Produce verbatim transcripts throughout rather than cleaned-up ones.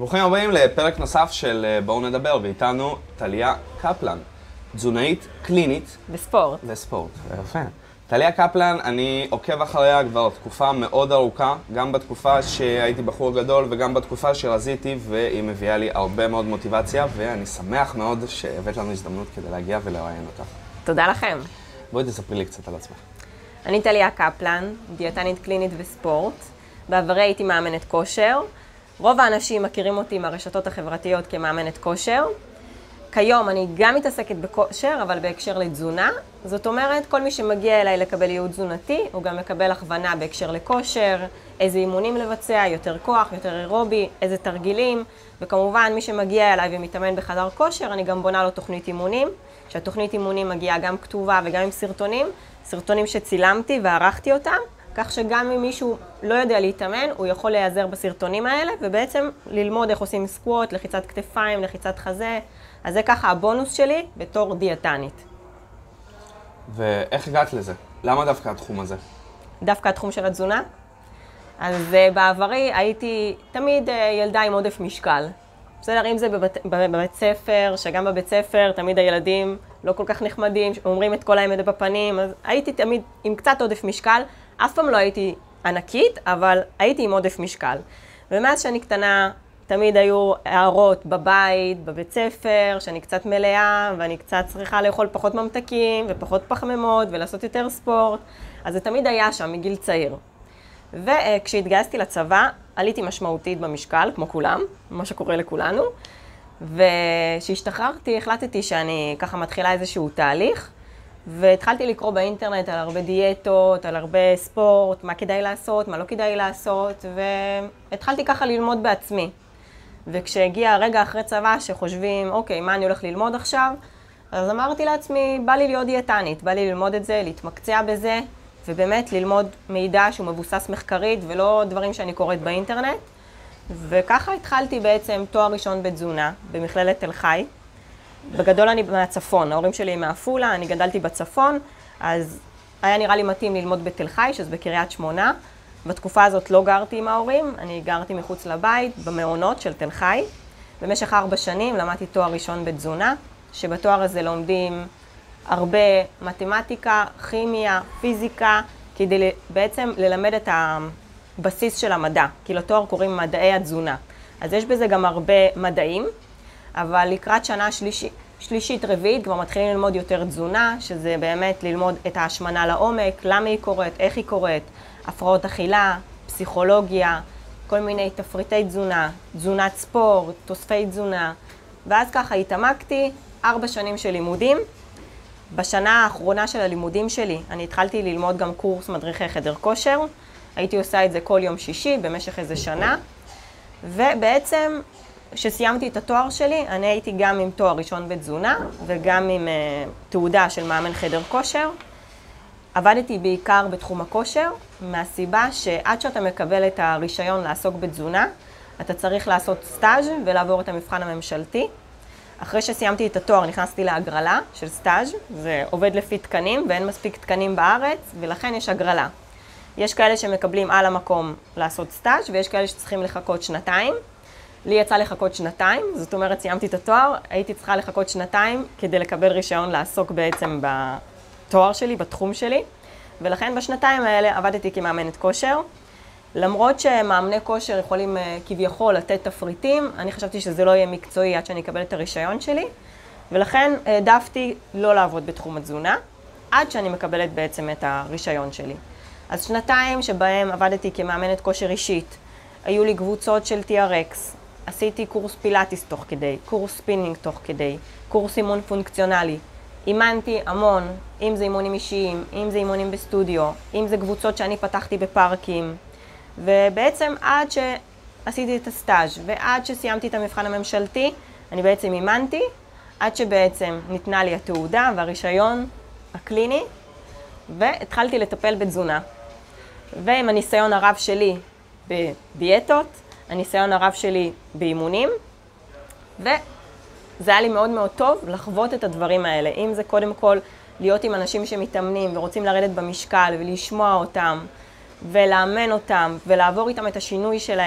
ברוכים הבאים לפרק נוסף של בואו נדבר, ואיתנו טליה קפלן, תזונאית קלינית. בספורט. בספורט, יפה. טליה קפלן, אני עוקב אחריה כבר תקופה מאוד ארוכה, גם בתקופה שהייתי בחור גדול וגם בתקופה שרזיתי, והיא מביאה לי הרבה מאוד מוטיבציה, ואני שמח מאוד שהבאת לנו הזדמנות כדי להגיע ולראיין אותך. תודה לכם. בואי תספרי לי קצת על עצמך. אני טליה קפלן, דיאטנית קלינית וספורט. בעברי הייתי מאמנת כושר. רוב האנשים מכירים אותי מהרשתות החברתיות כמאמנת כושר. כיום אני גם מתעסקת בכושר, אבל בהקשר לתזונה. זאת אומרת, כל מי שמגיע אליי לקבל ייעוץ תזונתי, הוא גם מקבל הכוונה בהקשר לכושר, איזה אימונים לבצע, יותר כוח, יותר אירובי, איזה תרגילים. וכמובן, מי שמגיע אליי ומתאמן בחדר כושר, אני גם בונה לו תוכנית אימונים. שהתוכנית אימונים מגיעה גם כתובה וגם עם סרטונים. סרטונים שצילמתי וערכתי אותם. כך שגם אם מישהו לא יודע להתאמן, הוא יכול להיעזר בסרטונים האלה, ובעצם ללמוד איך עושים סקווט, לחיצת כתפיים, לחיצת חזה. אז זה ככה הבונוס שלי בתור דיאטנית. ואיך הגעת לזה? למה דווקא התחום הזה? דווקא התחום של התזונה? אז בעברי הייתי תמיד ילדה עם עודף משקל. בסדר, אם זה בבית, בבית ספר, שגם בבית ספר תמיד הילדים לא כל כך נחמדים, אומרים את כל האמת בפנים, אז הייתי תמיד עם קצת עודף משקל. אף פעם לא הייתי ענקית, אבל הייתי עם עודף משקל. ומאז שאני קטנה, תמיד היו הערות בבית, בבית ספר, שאני קצת מלאה, ואני קצת צריכה לאכול פחות ממתקים, ופחות פחמימות, ולעשות יותר ספורט. אז זה תמיד היה שם, מגיל צעיר. וכשהתגייסתי לצבא, עליתי משמעותית במשקל, כמו כולם, מה שקורה לכולנו. וכשהשתחררתי, החלטתי שאני ככה מתחילה איזשהו תהליך, והתחלתי לקרוא באינטרנט על הרבה דיאטות, על הרבה ספורט, מה כדאי לעשות, מה לא כדאי לעשות, והתחלתי ככה ללמוד בעצמי. וכשהגיע הרגע אחרי צבא שחושבים, אוקיי, מה אני הולך ללמוד עכשיו? אז אמרתי לעצמי, בא לי להיות דיאטנית, בא לי ללמוד את זה, להתמקצע בזה, ובאמת ללמוד מידע שהוא מבוסס מחקרית, ולא דברים שאני קוראת באינטרנט. וככה התחלתי בעצם תואר ראשון בתזונה, במכללת תל חי. בגדול אני מהצפון, ההורים שלי מעפולה, אני גדלתי בצפון, אז היה נראה לי מתאים ללמוד בתל חי, שזה בקריית שמונה. בתקופה הזאת לא גרתי עם ההורים, אני גרתי מחוץ לבית, במעונות של תל חי. במשך ארבע שנים למדתי תואר ראשון בתזונה, שבתואר הזה לומדים הרבה מתמטיקה, כימיה, פיזיקה, כדי בעצם ללמד את הבסיס של המדע, כי לתואר קוראים מדעי התזונה. אז יש בזה גם הרבה מדעים, אבל לקראת שנה שלישית, שלישית רביעית כבר מתחילים ללמוד יותר תזונה, שזה באמת ללמוד את ההשמנה לעומק, למה היא קורית, איך היא קורית, הפרעות אכילה, פסיכולוגיה, כל מיני תפריטי תזונה, תזונת ספורט, תוספי תזונה. ואז ככה התעמקתי, ארבע שנים של לימודים. בשנה האחרונה של הלימודים שלי, אני התחלתי ללמוד גם קורס מדריכי חדר כושר. הייתי עושה את זה כל יום שישי במשך איזה שנה. ובעצם, כשסיימתי את התואר שלי, אני הייתי גם עם תואר ראשון בתזונה, וגם עם uh, תעודה של מאמן חדר כושר. עבדתי בעיקר בתחום הכושר, מהסיבה שעד שאתה מקבל את הרישיון לעסוק בתזונה, אתה צריך לעשות סטאז' ולעבור את המבחן הממשלתי. אחרי שסיימתי את התואר, נכנסתי להגרלה של סטאז', זה עובד לפי תקנים, ואין מספיק תקנים בארץ, ולכן יש הגרלה. יש כאלה שמקבלים על המקום לעשות סטאז' ויש כאלה שצריכים לחכות שנתיים. לי יצא לחכות שנתיים, זאת אומרת, סיימתי את התואר, הייתי צריכה לחכות שנתיים כדי לקבל רישיון לעסוק בעצם בתואר שלי, בתחום שלי, ולכן בשנתיים האלה עבדתי כמאמנת כושר. למרות שמאמני כושר יכולים כביכול לתת תפריטים, אני חשבתי שזה לא יהיה מקצועי עד שאני אקבל את הרישיון שלי, ולכן העדפתי לא לעבוד בתחום התזונה, עד שאני מקבלת בעצם את הרישיון שלי. אז שנתיים שבהם עבדתי כמאמנת כושר אישית, היו לי קבוצות של טי אר אקס, עשיתי קורס פילאטיס תוך כדי, קורס ספינינג תוך כדי, קורס אימון פונקציונלי. אימנתי המון, אם זה אימונים אישיים, אם זה אימונים בסטודיו, אם זה קבוצות שאני פתחתי בפארקים. ובעצם עד שעשיתי את הסטאז' ועד שסיימתי את המבחן הממשלתי, אני בעצם אימנתי, עד שבעצם ניתנה לי התעודה והרישיון הקליני, והתחלתי לטפל בתזונה. ועם הניסיון הרב שלי בדיאטות, הניסיון הרב שלי באימונים, וזה היה לי מאוד מאוד טוב לחוות את הדברים האלה. אם זה קודם כל להיות עם אנשים שמתאמנים ורוצים לרדת במשקל ולשמוע אותם ולאמן אותם ולעבור איתם את השינוי שלהם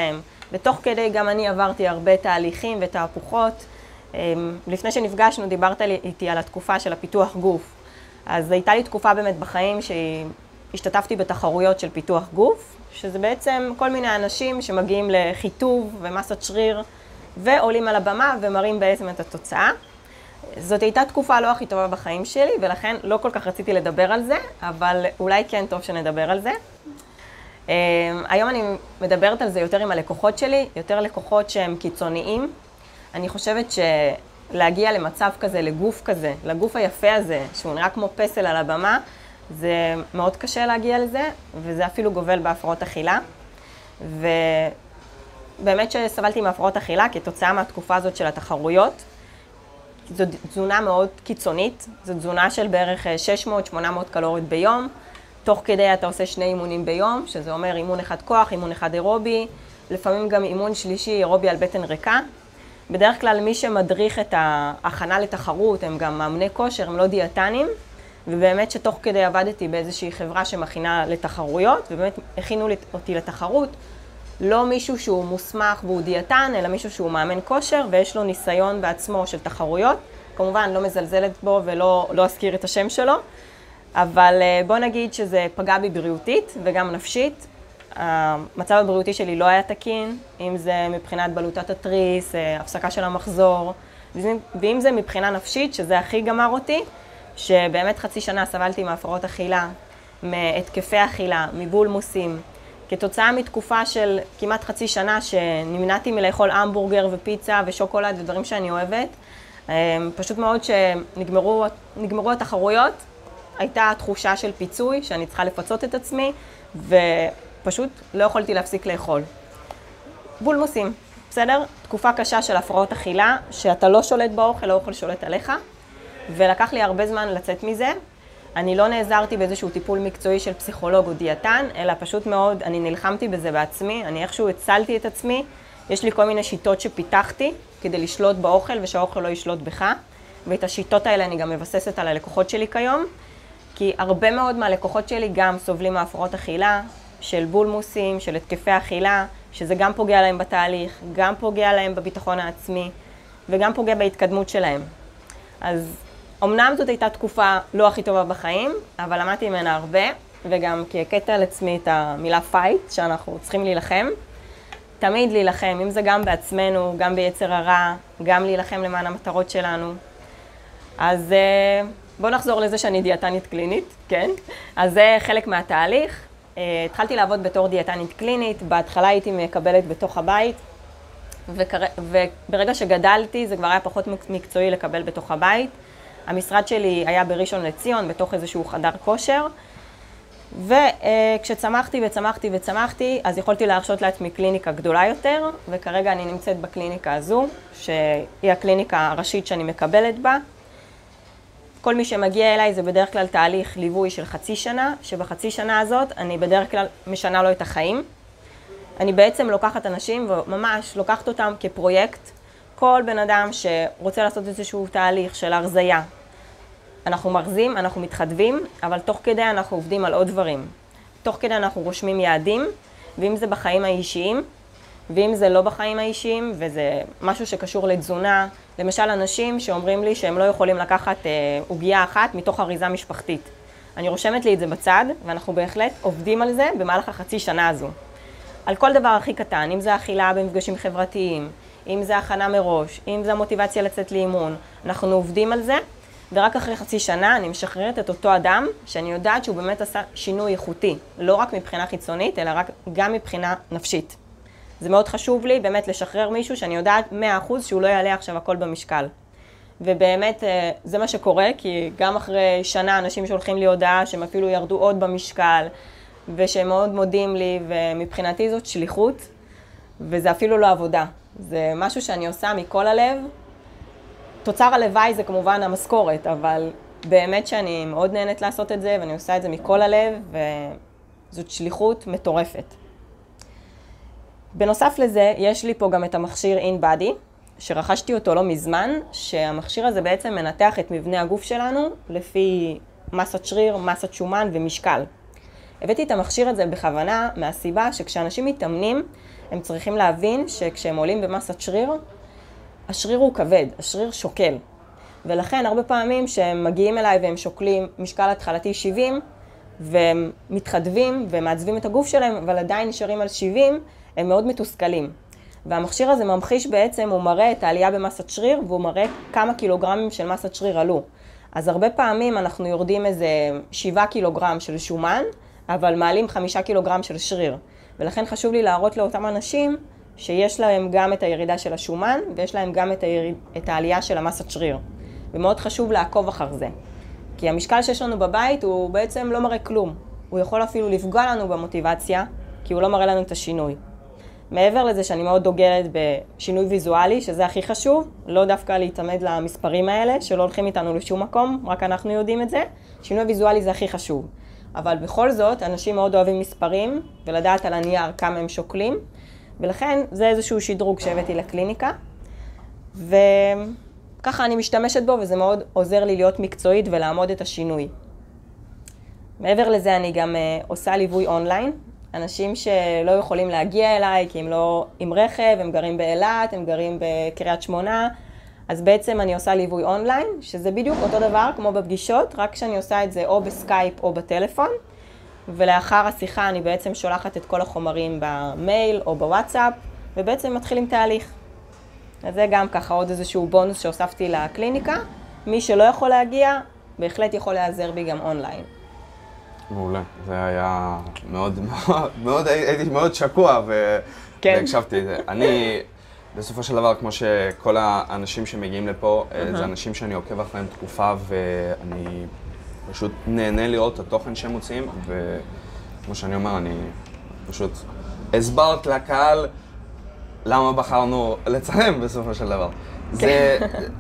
ותוך כדי גם אני עברתי הרבה תהליכים ותהפוכות. לפני שנפגשנו דיברת איתי על התקופה של הפיתוח גוף. אז הייתה לי תקופה באמת בחיים שהשתתפתי בתחרויות של פיתוח גוף, שזה בעצם כל מיני אנשים שמגיעים לחיטוב ומסת שריר, ועולים על הבמה ומראים בעצם את התוצאה. זאת הייתה תקופה לא הכי טובה בחיים שלי, ולכן לא כל כך רציתי לדבר על זה, אבל אולי כן טוב שנדבר על זה. היום אני מדברת על זה יותר עם הלקוחות שלי, יותר לקוחות שהם קיצוניים. אני חושבת שלהגיע למצב כזה, לגוף כזה, לגוף היפה הזה, שהוא נראה כמו פסל על הבמה, זה מאוד קשה להגיע לזה, וזה אפילו גובל בהפרעות אכילה. ובאמת שסבלתי מהפרעות אכילה כתוצאה מהתקופה הזאת של התחרויות. זו תזונה מאוד קיצונית, זו תזונה של בערך שש מאות שמונה מאות קלוריות ביום. תוך כדי אתה עושה שני אימונים ביום, שזה אומר אימון אחד כוח, אימון אחד אירובי, לפעמים גם אימון שלישי אירובי על בטן ריקה. בדרך כלל מי שמדריך את ההכנה לתחרות הם גם מאמני כושר, הם לא דיאטנים, ובאמת שתוך כדי עבדתי באיזושהי חברה שמכינה לתחרויות, ובאמת הכינו אותי לתחרות, לא מישהו שהוא מוסמך והוא דיאטן, אלא מישהו שהוא מאמן כושר ויש לו ניסיון בעצמו של תחרויות. כמובן לא מזלזלת בו ולא לא אזכיר את השם שלו, אבל בוא נגיד שזה פגע בי בריאותית וגם נפשית. המצב הבריאותי שלי לא היה תקין, אם זה מבחינת בלוטת התריס, הפסקה של המחזור, ואם זה מבחינה נפשית, שזה הכי גמר אותי, שבאמת חצי שנה סבלתי מהפרעות אכילה, מהתקפי אכילה, מבולמוסים, כתוצאה מתקופה של כמעט חצי שנה שנמנעתי מלאכול המבורגר ופיצה ושוקולד ודברים שאני אוהבת. פשוט מאוד שנגמרו נגמרו התחרויות, הייתה תחושה של פיצוי שאני צריכה לפצות את עצמי, ופשוט לא יכולתי להפסיק לאכול. בולמוסים, בסדר? תקופה קשה של הפרעות אכילה, שאתה לא שולט באוכל, האוכל שולט עליך, ולקח לי הרבה זמן לצאת מזה. אני לא נעזרתי באיזשהו טיפול מקצועי של פסיכולוג או דיאטן, אלא פשוט מאוד, אני נלחמתי בזה בעצמי, אני איכשהו הצלתי את עצמי. יש לי כל מיני שיטות שפיתחתי כדי לשלוט באוכל ושהאוכל לא ישלוט בך, ואת השיטות האלה אני גם מבססת על הלקוחות שלי כיום, כי הרבה מאוד מהלקוחות שלי גם סובלים מהפרעות אכילה, של בולמוסים, של התקפי אכילה, שזה גם פוגע להם בתהליך, גם פוגע להם בביטחון העצמי, וגם פוגע בהתקדמות שלהם. אז אמנם זאת הייתה תקופה לא הכי טובה בחיים, אבל למדתי ממנה הרבה, וגם כקטע על עצמי את המילה פייט, שאנחנו צריכים להילחם. תמיד להילחם, אם זה גם בעצמנו, גם ביצר הרע, גם להילחם למען המטרות שלנו. אז בואו נחזור לזה שאני דיאטנית קלינית, כן? אז זה חלק מהתהליך. התחלתי לעבוד בתור דיאטנית קלינית, בהתחלה הייתי מקבלת בתוך הבית, וברגע שגדלתי זה כבר היה פחות מקצועי לקבל בתוך הבית. המשרד שלי היה בראשון לציון, בתוך איזשהו חדר כושר, וכשצמחתי וצמחתי וצמחתי, אז יכולתי להרשות לעצמי קליניקה גדולה יותר, וכרגע אני נמצאת בקליניקה הזו, שהיא הקליניקה הראשית שאני מקבלת בה. כל מי שמגיע אליי זה בדרך כלל תהליך ליווי של חצי שנה, שבחצי שנה הזאת אני בדרך כלל משנה לו את החיים. אני בעצם לוקחת אנשים וממש לוקחת אותם כפרויקט. כל בן אדם שרוצה לעשות איזשהו תהליך של הרזייה, אנחנו מרזים, אנחנו מתחדבים, אבל תוך כדי אנחנו עובדים על עוד דברים. תוך כדי אנחנו רושמים יעדים, ואם זה בחיים האישיים, ואם זה לא בחיים האישיים, וזה משהו שקשור לתזונה, למשל אנשים שאומרים לי שהם לא יכולים לקחת עוגיה אחת מתוך אריזה משפחתית. אני רושמת לי את זה בצד, ואנחנו בהחלט עובדים על זה במהלך החצי שנה הזו. על כל דבר הכי קטן, אם זה אכילה במפגשים חברתיים, אם זה הכנה מראש, אם זה המוטיבציה לצאת לאימון, אנחנו עובדים על זה, ורק אחרי חצי שנה אני משחררת את אותו אדם, שאני יודעת שהוא באמת עשה שינוי איכותי, לא רק מבחינה חיצונית, אלא רק גם מבחינה נפשית. זה מאוד חשוב לי באמת לשחרר מישהו שאני יודעת מאה אחוז שהוא לא יעלה עכשיו הכל במשקל. ובאמת זה מה שקורה, כי גם אחרי שנה אנשים שולחים לי הודעה שהם אפילו ירדו עוד במשקל, ושהם מאוד מודים לי, ומבחינתי זאת שליחות, וזה אפילו לא עבודה. זה משהו שאני עושה מכל הלב. תוצר הלוואי זה כמובן המשכורת, אבל באמת שאני מאוד נהנית לעשות את זה, ואני עושה את זה מכל הלב, וזאת שליחות מטורפת. בנוסף לזה, יש לי פה גם את המכשיר InBody, שרכשתי אותו לא מזמן, שהמכשיר הזה בעצם מנתח את מבנה הגוף שלנו, לפי מסת שריר, מסת שומן ומשקל. הבאתי את המכשיר הזה בכוונה מהסיבה שכשאנשים מתאמנים, הם צריכים להבין שכשהם עולים במסת שריר, השריר הוא כבד, השריר שוקל. ולכן הרבה פעמים שהם מגיעים אליי והם שוקלים משקל התחלתי שבעים, והם מתחדבים ומעצבים את הגוף שלהם, אבל עדיין נשארים על שבעים, הם מאוד מתוסכלים. והמכשיר הזה ממחיש בעצם, הוא מראה את העלייה במסת שריר, והוא מראה כמה קילוגרמים של מסת שריר עלו. אז הרבה פעמים אנחנו יורדים איזה שבעה קילוגרם של שומן, אבל מעלים חמישה קילוגרם של שריר. ולכן חשוב לי להראות לאותם אנשים שיש להם גם את הירידה של השומן, ויש להם גם את, היריד, את העלייה של המסת שריר. ומאוד חשוב לעקוב אחר זה. כי המשקל שיש לנו בבית הוא בעצם לא מראה כלום. הוא יכול אפילו לפגוע לנו במוטיבציה, כי הוא לא מראה לנו את השינוי. מעבר לזה שאני מאוד דוגלת בשינוי ויזואלי, שזה הכי חשוב, לא דווקא להתעמד למספרים האלה, שלא הולכים איתנו לשום מקום, רק אנחנו יודעים את זה. שינוי ויזואלי זה הכי חשוב. אבל בכל זאת, אנשים מאוד אוהבים מספרים, ולדעת על הנייר כמה הם שוקלים, ולכן זה איזשהו שדרוג שהבאתי לקליניקה. וככה אני משתמשת בו, וזה מאוד עוזר לי להיות מקצועית ולעמוד את השינוי. מעבר לזה אני גם עושה ליווי אונליין, אנשים שלא יכולים להגיע אליי, כי הם לא עם רכב, הם גרים באילת, הם גרים בקריית שמונה, אז בעצם אני עושה ליווי אונליין, שזה בדיוק אותו דבר כמו בפגישות, רק שאני עושה את זה או בסקייפ או בטלפון, ולאחר השיחה אני בעצם שולחת את כל החומרים במייל או בוואטסאפ, ובעצם מתחילים תהליך. אז זה גם ככה עוד איזשהו בונוס שהוספתי לקליניקה. מי שלא יכול להגיע, בהחלט יכול להיעזר בי גם אונליין. מעולה, זה היה מאוד, מאוד, מאוד, הייתי מאוד שקוע כן. והקשבתי את זה. אני, בסופו של דבר, כמו שכל האנשים שמגיעים לפה, uh-huh. זה אנשים שאני עוקב אחריהם תקופה, ואני פשוט נהנה לראות את התוכן שהם מוצאים, וכמו שאני אומר, אני פשוט הסברת לקהל למה בחרנו לצלם בסופו של דבר. זה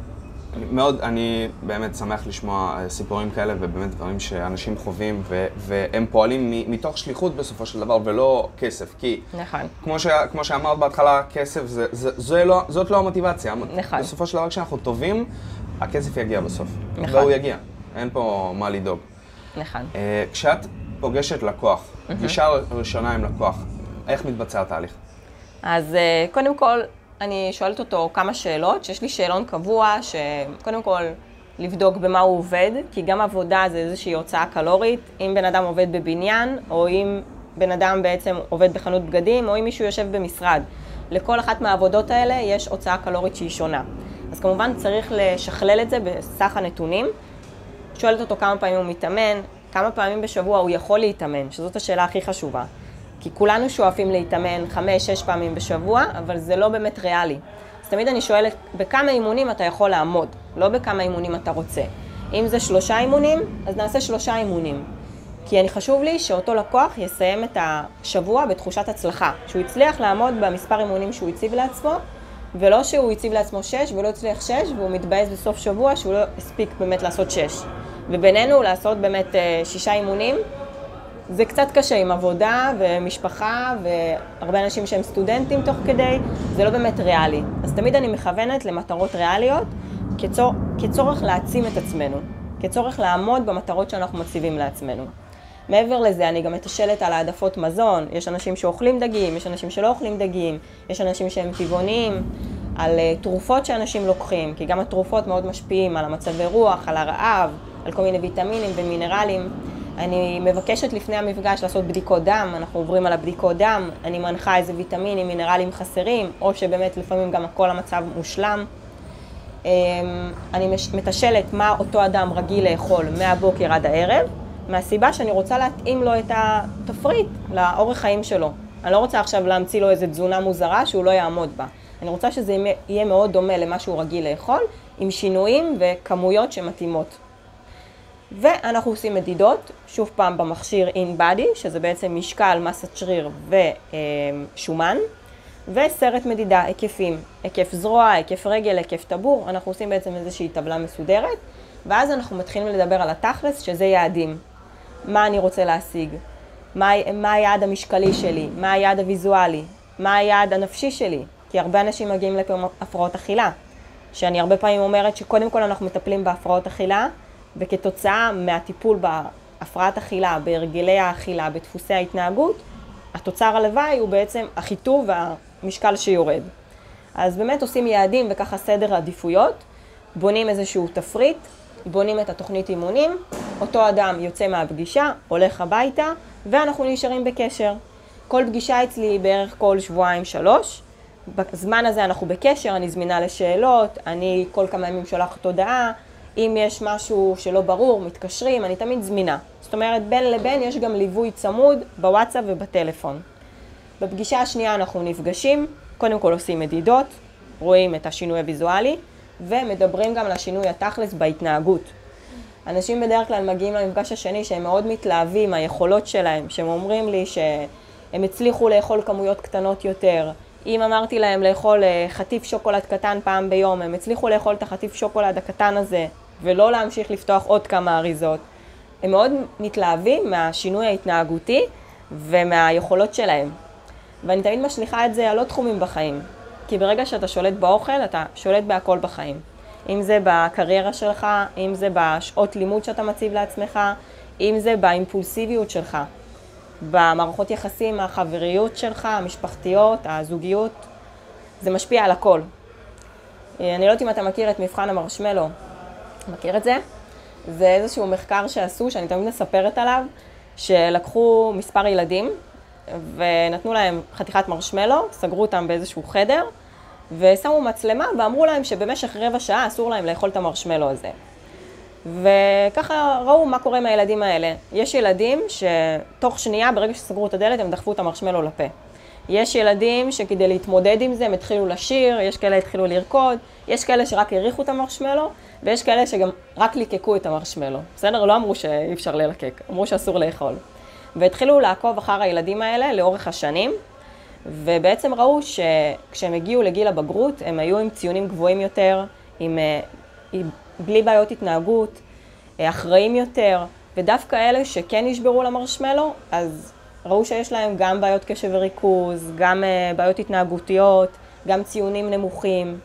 מאוד, אני באמת שמח לשמוע סיפורים כאלה ובאמת דברים שאנשים חווים ו- והם פועלים מ- מתוך שליחות בסופו של דבר ולא כסף, כי נכון. כמו, ש- כמו שאמרת בהתחלה, כסף זה, זה, זה לא, זאת לא המוטיבציה. נכון. בסופו של דבר כשאנחנו טובים, הכסף יגיע בסוף. נכון. והוא יגיע, אין פה מה לדאוג. נכון. Uh, כשאת פוגשת לקוח, פגישה ראשונה עם לקוח, איך מתבצע התהליך? אז uh, קודם כל, אני שואלת אותו כמה שאלות, שיש לי שאלון קבוע, שקודם כל לבדוק במה הוא עובד, כי גם עבודה זה איזושהי הוצאה קלורית, אם בן אדם עובד בבניין, או אם בן אדם בעצם עובד בחנות בגדים, או אם מישהו יושב במשרד. לכל אחת מהעבודות האלה יש הוצאה קלורית שהיא שונה. אז כמובן צריך לשכלל את זה בסך הנתונים. שואלת אותו כמה פעמים הוא מתאמן, כמה פעמים בשבוע הוא יכול להתאמן, שזאת השאלה הכי חשובה. כי כולנו שואפים להתאמן חמש, שש פעמים בשבוע, אבל זה לא באמת ריאלי. אז תמיד אני שואלת, בכמה אימונים אתה יכול לעמוד? לא בכמה אימונים אתה רוצה. אם זה שלושה אימונים, אז נעשה שלושה אימונים. כי אני חשוב לי שאותו לקוח יסיים את השבוע בתחושת הצלחה. שהוא יצליח לעמוד במספר אימונים שהוא הציב לעצמו, ולא שהוא הציב לעצמו שש ולא יצליח שש, והוא מתבאס בסוף שבוע שהוא לא הספיק באמת לעשות שש. ובינינו לעשות באמת שישה אימונים, זה קצת קשה עם עבודה ומשפחה והרבה אנשים שהם סטודנטים תוך כדי, זה לא באמת ריאלי. אז תמיד אני מכוונת למטרות ריאליות כצור, כצורך להעצים את עצמנו, כצורך לעמוד במטרות שאנחנו מציבים לעצמנו. מעבר לזה, אני גם מתשאלת על העדפות מזון. יש אנשים שאוכלים דגים, יש אנשים שלא אוכלים דגים, יש אנשים שהם טבעוניים, על תרופות שאנשים לוקחים, כי גם התרופות מאוד משפיעים על המצבי רוח, על הרעב, על כל מיני ויטמינים ומינרלים. אני מבקשת לפני המפגש לעשות בדיקות דם, אנחנו עוברים על הבדיקות דם, אני מנחה איזה ויטמינים, מינרלים חסרים, או שבאמת לפעמים גם הכל המצב מושלם. אני מתשאלת מה אותו אדם רגיל לאכול מהבוקר עד הערב, מהסיבה שאני רוצה להתאים לו את התפריט לאורך חיים שלו. אני לא רוצה עכשיו להמציא לו איזו תזונה מוזרה שהוא לא יעמוד בה. אני רוצה שזה יהיה מאוד דומה למה שהוא רגיל לאכול, עם שינויים וכמויות שמתאימות. ואנחנו עושים מדידות, שוב פעם במכשיר InBody, שזה בעצם משקל, מסת שריר ושומן, וסרט מדידה, היקפים, היקף זרוע, היקף רגל, היקף טבור, אנחנו עושים בעצם איזושהי טבלה מסודרת, ואז אנחנו מתחילים לדבר על התכלס, שזה יעדים. מה אני רוצה להשיג? מה, מה היעד המשקלי שלי? מה היעד הוויזואלי? מה היעד הנפשי שלי? כי הרבה אנשים מגיעים לפה עם הפרעות אכילה, שאני הרבה פעמים אומרת שקודם כל אנחנו מטפלים בהפרעות אכילה, וכתוצאה מהטיפול בהפרעת אכילה, בהרגלי האכילה, בדפוסי ההתנהגות, התוצר הלוואי הוא בעצם החיטוב והמשקל שיורד. אז באמת עושים יעדים וככה סדר עדיפויות, בונים איזשהו תפריט, בונים את התוכנית אימונים, אותו אדם יוצא מהפגישה, הולך הביתה, ואנחנו נשארים בקשר. כל פגישה אצלי היא בערך כל שבועיים שלוש. בזמן הזה אנחנו בקשר, אני זמינה לשאלות, אני כל כמה ימים שולחת הודעה, אם יש משהו שלא ברור, מתקשרים, אני תמיד זמינה. זאת אומרת, בין לבין יש גם ליווי צמוד בוואטסאפ ובטלפון. בפגישה השנייה אנחנו נפגשים, קודם כל עושים מדידות, רואים את השינוי הוויזואלי, ומדברים גם על השינוי התכלס בהתנהגות. אנשים בדרך כלל מגיעים למפגש השני שהם מאוד מתלהבים, היכולות שלהם, שהם אומרים לי שהם הצליחו לאכול כמויות קטנות יותר. אם אמרתי להם לאכול חטיף שוקולד קטן פעם ביום, הם הצליחו לאכול את החטיף שוקולד הקטן הזה, ולא להמשיך לפתוח עוד כמה אריזות. הם מאוד מתלהבים מהשינוי ההתנהגותי ומהיכולות שלהם. ואני תמיד משליחה את זה על עוד תחומים בחיים. כי ברגע שאתה שולט באוכל, אתה שולט בהכל בחיים. אם זה בקריירה שלך, אם זה בשעות לימוד שאתה מציב לעצמך, אם זה באימפולסיביות שלך, במערכות יחסים, החבריות שלך, המשפחתיות, הזוגיות, זה משפיע על הכל. אני לא יודעת אם אתה מכיר את מבחן המרשמלו. מכיר את זה? זה איזשהו מחקר שעשו, שאני תמיד מספרת עליו, שלקחו מספר ילדים, ונתנו להם חתיכת מרשמלו, סגרו אותם באיזשהו חדר, ושמו מצלמה ואמרו להם שבמשך רבע שעה אסור להם לאכול את המרשמלו הזה. וככה ראו מה קורה עם הילדים האלה. יש ילדים שתוך שנייה, ברגע שסגרו את הדלת, הם דחפו את המרשמלו לפה. יש ילדים שכדי להתמודד עם זה, הם התחילו לשיר, יש כאלה התחילו לרקוד, יש כאלה שרק הריחו את המרשמלו, ויש כאלה שגם רק ליקקו את המרשמלו. בסדר? לא אמרו שאי אפשר ללקק, אמרו שאסור לאכול. והתחילו לעקוב אחר הילדים האלה לאורך השנים, ובעצם ראו שכשהם הגיעו לגיל הבגרות, הם היו עם ציונים גבוהים יותר, עם, עם, בלי בעיות התנהגות, אחראים יותר, ודווקא אלה שכן נשברו למרשמלו, אז ראו שיש להם גם בעיות קשב וריכוז, גם בעיות התנהגותיות, גם ציונים נמוכים.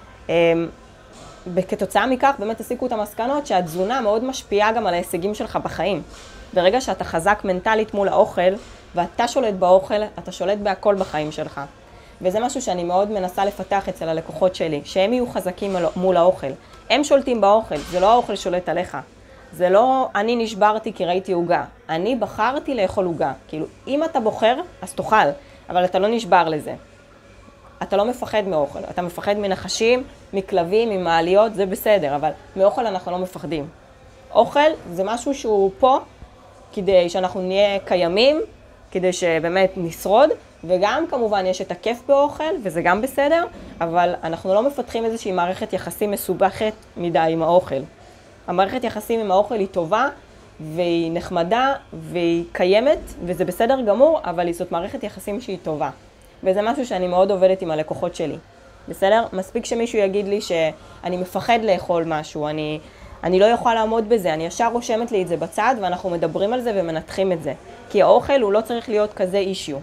וכתוצאה מכך באמת הסיקו את המסקנות שהתזונה מאוד משפיעה גם על ההישגים שלך בחיים. ברגע שאתה חזק מנטלית מול האוכל, ואתה שולט באוכל, אתה שולט בהכל בחיים שלך. וזה משהו שאני מאוד מנסה לפתח אצל הלקוחות שלי, שהם יהיו חזקים מול האוכל. הם שולטים באוכל, זה לא האוכל שולט עליך. זה לא אני נשברתי כי ראיתי עוגה. אני בחרתי לאכול עוגה. כאילו, אם אתה בוחר, אז תאכל, אבל אתה לא נשבר לזה. אתה לא מפחד מאוכל, אתה מפחד מנחשים, מכלבים, ממעליות, זה בסדר, אבל מאוכל אנחנו לא מפחדים. אוכל זה משהו שהוא פה כדי שאנחנו נהיה קיימים, כדי שבאמת נשרוד, וגם כמובן יש את הכיף באוכל, וזה גם בסדר, אבל אנחנו לא מפתחים איזושהי מערכת יחסים מסובכת מדי עם האוכל. המערכת יחסים עם האוכל היא טובה, והיא נחמדה, והיא קיימת, וזה בסדר גמור, אבל זאת מערכת יחסים שהיא טובה. וזה משהו שאני מאוד עובדת עם הלקוחות שלי. בסדר? מספיק שמישהו יגיד לי שאני מפחד לאכול משהו, אני, אני לא יכול לעמוד בזה, אני ישר רושמת לי את זה בצד, ואנחנו מדברים על זה ומנתחים את זה. כי האוכל הוא לא צריך להיות כזה אישיו.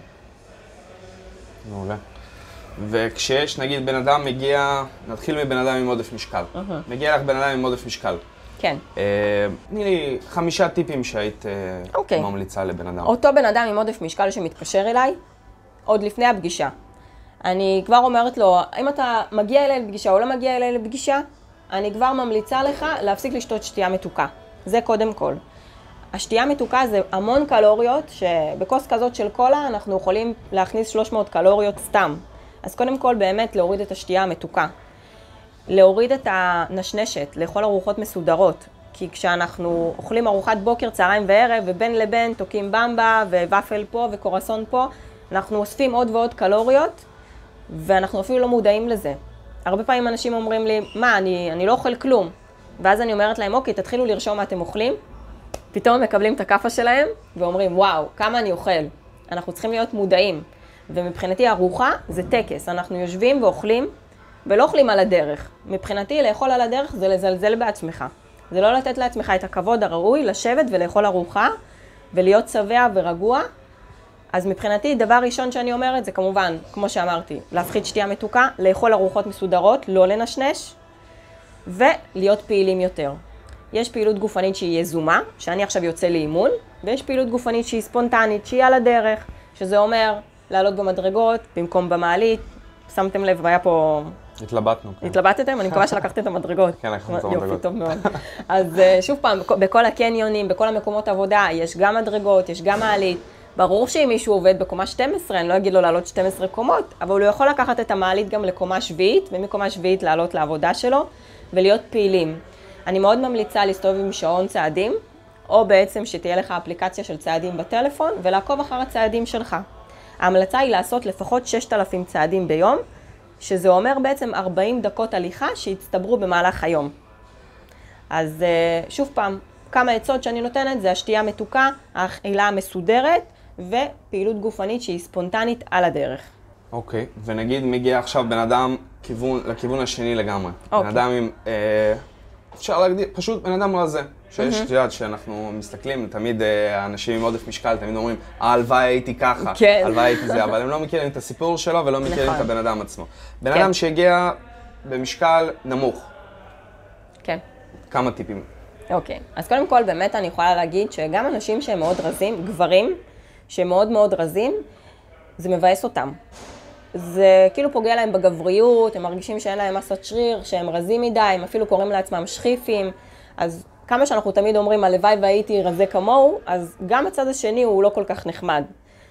מעולה. וכשיש, נגיד, בן אדם מגיע, נתחיל מבן אדם עם עודף משקל. Uh-huh. מגיע לך בן אדם עם עודף משקל. כן. תני לי חמישה טיפים שהיית okay. ממליצה לבן אדם. אותו בן אדם עם עודף משקל שמתקשר אליי, עוד לפני הפגישה. אני כבר אומרת לו, אם אתה מגיע אליי לפגישה או לא מגיע אליי לפגישה, אני כבר ממליצה לך להפסיק לשתות שתייה מתוקה. זה קודם כל. השתייה מתוקה זה המון קלוריות, שבכוס כזאת של קולה אנחנו יכולים להכניס שלוש מאות קלוריות סתם. אז קודם כל באמת להוריד את השתייה המתוקה. להוריד את הנשנשת, לאכול ארוחות מסודרות. כי כשאנחנו אוכלים ארוחת בוקר, צהריים וערב, ובין לבין תוקים במבה וופל פה וקורסון פה, אנחנו אוספים עוד ועוד קלוריות, ואנחנו אפילו לא מודעים לזה. הרבה פעמים אנשים אומרים לי, מה, אני, אני לא אוכל כלום. ואז אני אומרת להם, אוקיי, תתחילו לרשום מה אתם אוכלים. פתאום הם מקבלים את הקפה שלהם, ואומרים, וואו, כמה אני אוכל. אנחנו צריכים להיות מודעים. ומבחינתי ארוחה זה טקס. אנחנו יושבים ואוכלים, ולא אוכלים על הדרך. מבחינתי לאכול על הדרך זה לזלזל בעצמך. זה לא לתת לעצמך את הכבוד הראוי, לשבת ולאכול ארוחה, ולהיות שבע ורגוע. אז מבחינתי, דבר ראשון שאני אומרת, זה כמובן, כמו שאמרתי, להפחית שתייה מתוקה, לאכול ארוחות מסודרות, לא לנשנש, ולהיות פעילים יותר. יש פעילות גופנית שהיא יזומה, שאני עכשיו יוצא לאימון, ויש פעילות גופנית שהיא ספונטנית, שהיא על הדרך, שזה אומר לעלות במדרגות, במקום במעלית. שמתם לב, היה פה... התלבטנו. כן. התלבטתם? אני מקווה שלקחתם את המדרגות. כן, לקחנו את המדרגות. יופי, טוב מאוד. אז שוב פעם, בכל הקניונים, בכל המקומות עבודה, יש גם מדרגות, יש גם מעלית. ברור שאם מישהו עובד בקומה שתים עשרה, אני לא אגיד לו לעלות שתים עשרה קומות, אבל הוא יכול לקחת את המעלית גם לקומה שביעית, ומקומה שביעית לעלות לעבודה שלו, ולהיות פעילים. אני מאוד ממליצה להסתובב עם שעון צעדים, או בעצם שתהיה לך אפליקציה של צעדים בטלפון, ולעקוב אחר הצעדים שלך. ההמלצה היא לעשות לפחות ששת אלפים צעדים ביום, שזה אומר בעצם ארבעים דקות הליכה שהצטברו במהלך היום. אז שוב פעם, כמה עצות שאני נותנת זה השתייה מתוקה, האכילה המסודרת, ופעילות גופנית שהיא ספונטנית על הדרך. אוקיי, okay. ונגיד מגיע עכשיו בן אדם כיוון, לכיוון השני לגמרי. Okay. בן אדם עם, אה, אפשר להגדיר, פשוט בן אדם רזה. שיש, את יודעת, שאנחנו מסתכלים, תמיד האנשים עם עודף משקל, תמיד אומרים, הלוואי הייתי ככה, כן. הלוואי הייתי זה, אבל הם לא מכירים את הסיפור שלו ולא מכירים נכון. את הבן אדם עצמו. בן כן. אדם שהגיע במשקל נמוך. כן. כמה טיפים? אוקיי, אז קודם כל באמת אני יכולה להגיד שגם אנשים שהם מאוד רזים, גברים שהם מאוד מאוד רזים, זה מבאס אותם. זה כאילו פוגע להם בגבריות, הם מרגישים שאין להם מסת שריר, שהם רזים מדי, הם אפילו קוראים לעצמם שחיפים. אז כמה שאנחנו תמיד אומרים, הלוואי והייתי רזה כמוהו, אז גם הצד השני הוא לא כל כך נחמד.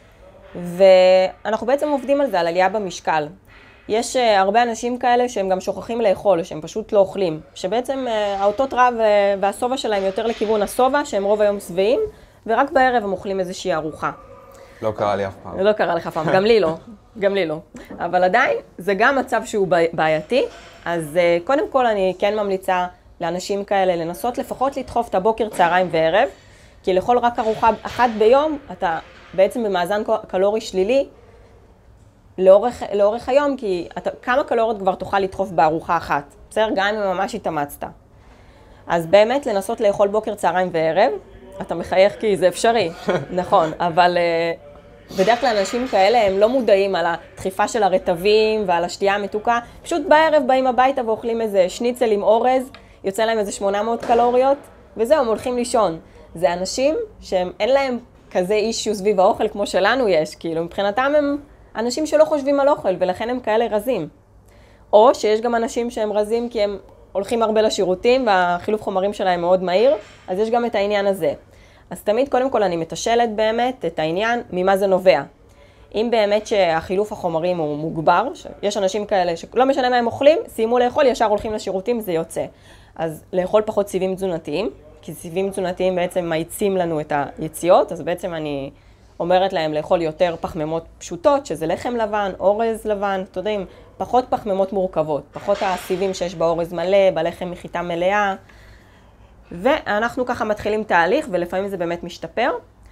ואנחנו בעצם עובדים על זה, על עלייה במשקל. יש uh, הרבה אנשים כאלה שהם גם שוכחים לאכול, שהם פשוט לא אוכלים. שבעצם uh, האותות רב uh, והסובה שלהם יותר לכיוון הסובה, שהם רוב היום שבעים, ורק בערב הם אוכלים איזושהי ארוחה. לא קרה לי אף פעם. לא קרה לך פעם, גם לי לא, גם לי לא. אבל עדיין, זה גם מצב שהוא בעייתי, אז uh, קודם כל אני כן ממליצה לאנשים כאלה לנסות לפחות לדחוף את הבוקר, צהריים וערב, כי לאכול רק ארוחה אחת ביום, אתה בעצם במאזן קלורי שלילי, לאורך, לאורך היום, כי אתה, כמה קלוריות כבר תוכל לדחוף בארוחה אחת, בסדר? גם אם ממש התאמצת. אז באמת לנסות לאכול בוקר, צהריים וערב, אתה מחייך כי זה אפשרי, נכון, אבל uh, בדרך כלל אנשים כאלה הם לא מודעים על הדחיפה של הרטבים ועל השתייה המתוקה, פשוט בערב באים הביתה ואוכלים איזה שניצל עם אורז, יוצא להם איזה שמונה מאות קלוריות, וזהו, הם הולכים לישון. זה אנשים שהם אין להם כזה אישיו סביב האוכל כמו שלנו יש, כאילו מבחינתם הם אנשים שלא חושבים על אוכל, ולכן הם כאלה רזים. או שיש גם אנשים שהם רזים כי הם הולכים הרבה לשירותים, והחילוף חומרים שלהם מאוד מהיר, אז יש גם את העניין הזה. אז תמיד, קודם כל, אני מתשלת באמת את העניין ממה זה נובע. אם באמת שהחילוף החומרים הוא מוגבר, יש אנשים כאלה שלא משנה מה הם אוכלים, סיימו לאכול, ישר הולכים לשירותים, זה יוצא. אז לאכול פחות סיבים תזונתיים, כי סיבים תזונתיים בעצם מאיצים לנו את היציאות, אז בעצם אני אומרת להם לאכול יותר פחמימות פשוטות, שזה לחם לבן, אורז לבן, אתם יודעים, פחות פחמימות מורכבות, פחות הסיבים שיש באורז מלא, בלחם מחיטה מלאה, ואנחנו ככה מתחילים תהליך, ולפעמים זה באמת משתפר.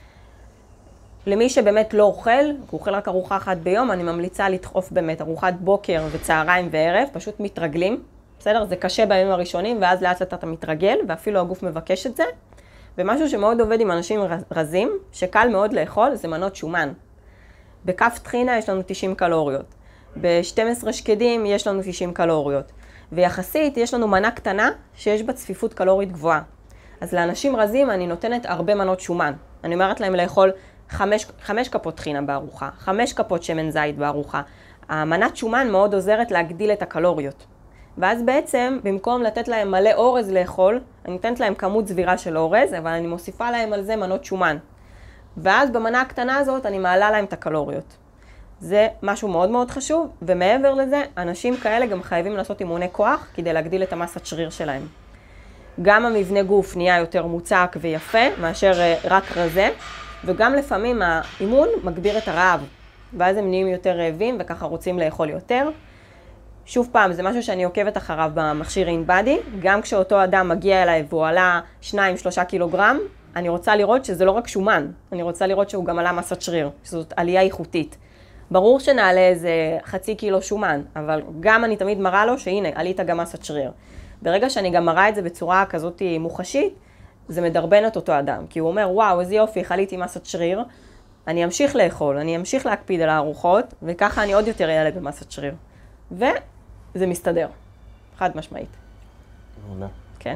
למי שבאמת לא אוכל, הוא אוכל רק ארוחה אחת ביום, אני ממליצה לדחוף באמת ארוחת בוקר וצהריים וערב, פשוט מתרגלים, בסדר? זה קשה בימים הראשונים, ואז לאט לאט אתה מתרגל, ואפילו הגוף מבקש את זה. ומשהו שמאוד עובד עם אנשים רזים, שקל מאוד לאכול, זה מנות שומן. בכף טחינה יש לנו תשעים קלוריות. ב-שתים עשרה שקדים יש לנו תשעים קלוריות. ויחסית יש לנו מנה קטנה שיש בה צפיפות קלורית גבוהה. אז לאנשים רזים אני נותנת הרבה מנות שומן. אני אומרת להם לאכול חמש, חמש כפות טחינה בארוחה, חמש כפות שמן זית בארוחה. המנת שומן מאוד עוזרת להגדיל את הקלוריות. ואז בעצם, במקום לתת להם מלא אורז לאכול, אני נותנת להם כמות סבירה של אורז, אבל אני מוסיפה להם על זה מנות שומן. ואז במנה הקטנה הזאת אני מעלה להם את הקלוריות. זה משהו מאוד מאוד חשוב, ומעבר לזה, אנשים כאלה גם חייבים לעשות אימוני כוח כדי להגדיל את המסת שריר שלהם. גם המבנה גוף נהיה יותר מוצק ויפה, מאשר רק רזה, וגם לפעמים האימון מגביר את הרעב, ואז הם נהיים יותר רעבים וככה רוצים לאכול יותר. שוב פעם, זה משהו שאני עוקבת אחריו במכשיר אינבאדי, גם כשאותו אדם מגיע אליי והוא עלה שניים שלושה קילוגרם, אני רוצה לראות שזה לא רק שומן, אני רוצה לראות שהוא גם עלה מסת שריר, שזאת עלייה איכותית. ברור שנעלה איזה חצי קילו שומן, אבל גם אני תמיד מראה לו שהנה, עלית גם מסת שריר. ברגע שאני גם מראה את זה בצורה כזאת מוחשית, זה מדרבן את אותו אדם, כי הוא אומר, וואו, איזה יופי, עליתי מסת שריר, אני אמשיך לאכול, אני אמשיך להקפיד על הארוחות, וככה אני עוד יותר אעלה במסת שריר. וזה מסתדר, חד משמעית. מעולה. כן.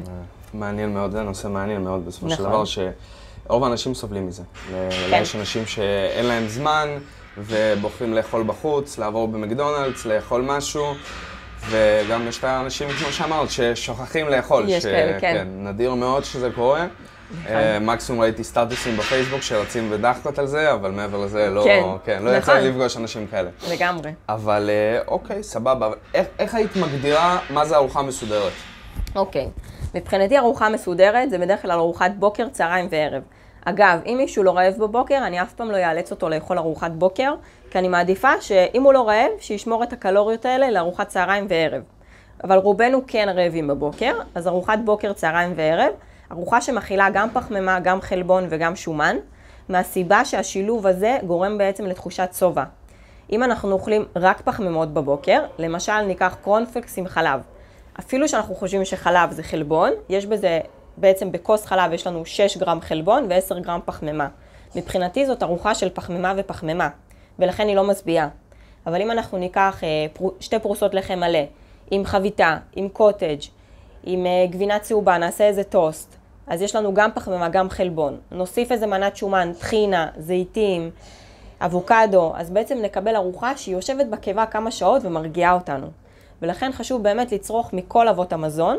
מעניין מאוד, זה נושא מעניין מאוד בסופו נכון. של דבר, שרוב האנשים סובלים מזה. כן. יש אנשים שאין להם זמן, ובוחרים לאכול בחוץ, לעבור במקדונלדס, לאכול משהו, וגם יש את האנשים, כמו שאמרת, ששוכחים לאכול. יש כאלה, כן. כן. נדיר מאוד שזה קורה. מקסימום ראיתי סטטוסים בפייסבוק שרצים בדחקות על זה, אבל מעבר לזה לא, כן, כן, לא יצא לי לפגוש אנשים כאלה. לגמרי. אבל אוקיי, סבבה. איך, איך היית מגדירה מה זה ארוחה מסודרת? אוקיי. מבחינתי ארוחה מסודרת זה בדרך כלל ארוחת בוקר, צהריים וערב. אגב, אם מישהו לא רעב בבוקר, אני אף פעם לא יאלץ אותו לאכול ארוחת בוקר, כי אני מעדיפה שאם הוא לא רעב, שישמור את הקלוריות האלה לארוחת צהריים וערב. אבל רובנו כן רעבים בבוקר, אז ארוחת בוקר, צהריים וערב, ארוחה שמכילה גם פחמימה, גם חלבון וגם שומן, מהסיבה שהשילוב הזה גורם בעצם לתחושת שובע. אם אנחנו אוכלים רק פחמימות בבוקר, למשל ניקח קורנפלקס עם חלב. אפילו שאנחנו חושבים שחלב זה חלבון, יש בזה, בעצם בכוס חלב יש לנו שש גרם חלבון ו-עשרה גרם פחמימה. מבחינתי זאת ארוחה של פחמימה ופחמימה, ולכן היא לא משביעה. אבל אם אנחנו ניקח שתי פרוסות לחם מלא, עם חביתה, עם קוטג', עם גבינה צהובה, נעשה איזה טוסט, אז יש לנו גם פחמימה, גם חלבון. נוסיף איזה מנת שומן, טחינה, זיתים, אבוקדו, אז בעצם נקבל ארוחה שהיא יושבת בקיבה כמה שעות ומרגיעה אותנו. ולכן חשוב באמת לצרוך מכל אבות המזון,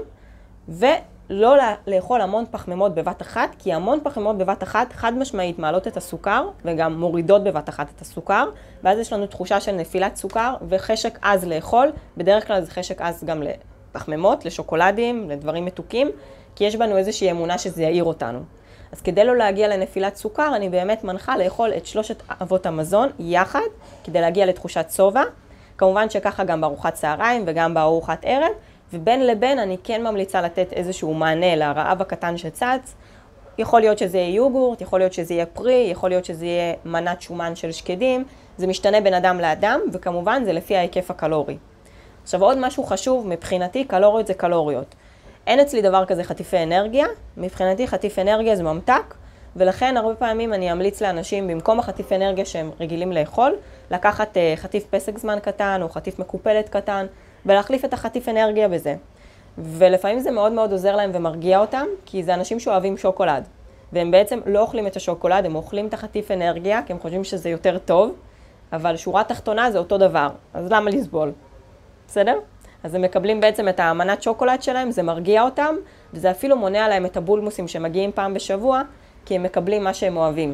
ולא לאכול המון פחמימות בבת אחת, כי המון פחמימות בבת אחת חד משמעית מעלות את הסוכר, וגם מורידות בבת אחת את הסוכר, ואז יש לנו תחושה של נפילת סוכר וחשק עז לאכול, בדרך כלל זה חשק עז גם לפחמימות, לשוקולדים, לדברים מתוקים, כי יש בנו איזושהי אמונה שזה יעיר אותנו. אז כדי לא להגיע לנפילת סוכר, אני באמת מנחה לאכול את שלושת אבות המזון יחד, כדי להגיע לתחושת שובע. כמובן שככה גם בארוחת צהריים וגם בארוחת ערב, ובין לבין אני כן ממליצה לתת איזשהו מענה לרעב הקטן שצץ. יכול להיות שזה יהיה יוגורט, יכול להיות שזה יהיה פרי, יכול להיות שזה יהיה מנת שומן של שקדים. זה משתנה בין אדם לאדם, וכמובן זה לפי ההיקף הקלורי. עכשיו עוד משהו חשוב, מבחינתי קלוריות זה קלוריות. אין אצלי דבר כזה חטיפי אנרגיה, מבחינתי חטיף אנרגיה זה ממתק, ולכן הרבה פעמים אני אמליץ לאנשים במקום החטיף אנרגיה שהם רגילים לאכול, לקחת חטיף פסק זמן קטן או חטיף מקופלת קטן, ולהחליף את החטיף אנרגיה בזה. ולפעמים זה מאוד מאוד עוזר להם ומרגיע אותם, כי זה אנשים שאוהבים שוקולד. והם בעצם לא אוכלים את השוקולד, הם אוכלים את החטיף אנרגיה, כי הם חושבים שזה יותר טוב, אבל שורה תחתונה זה אותו דבר, אז למה לסבול? בסדר? אז הם מקבלים בעצם את המנת שוקולד שלהם, זה מרגיע אותם, וזה אפילו מונע להם את הבולמוסים שמגיעים פעם בשבוע, כי הם מקבלים מה שהם אוהבים.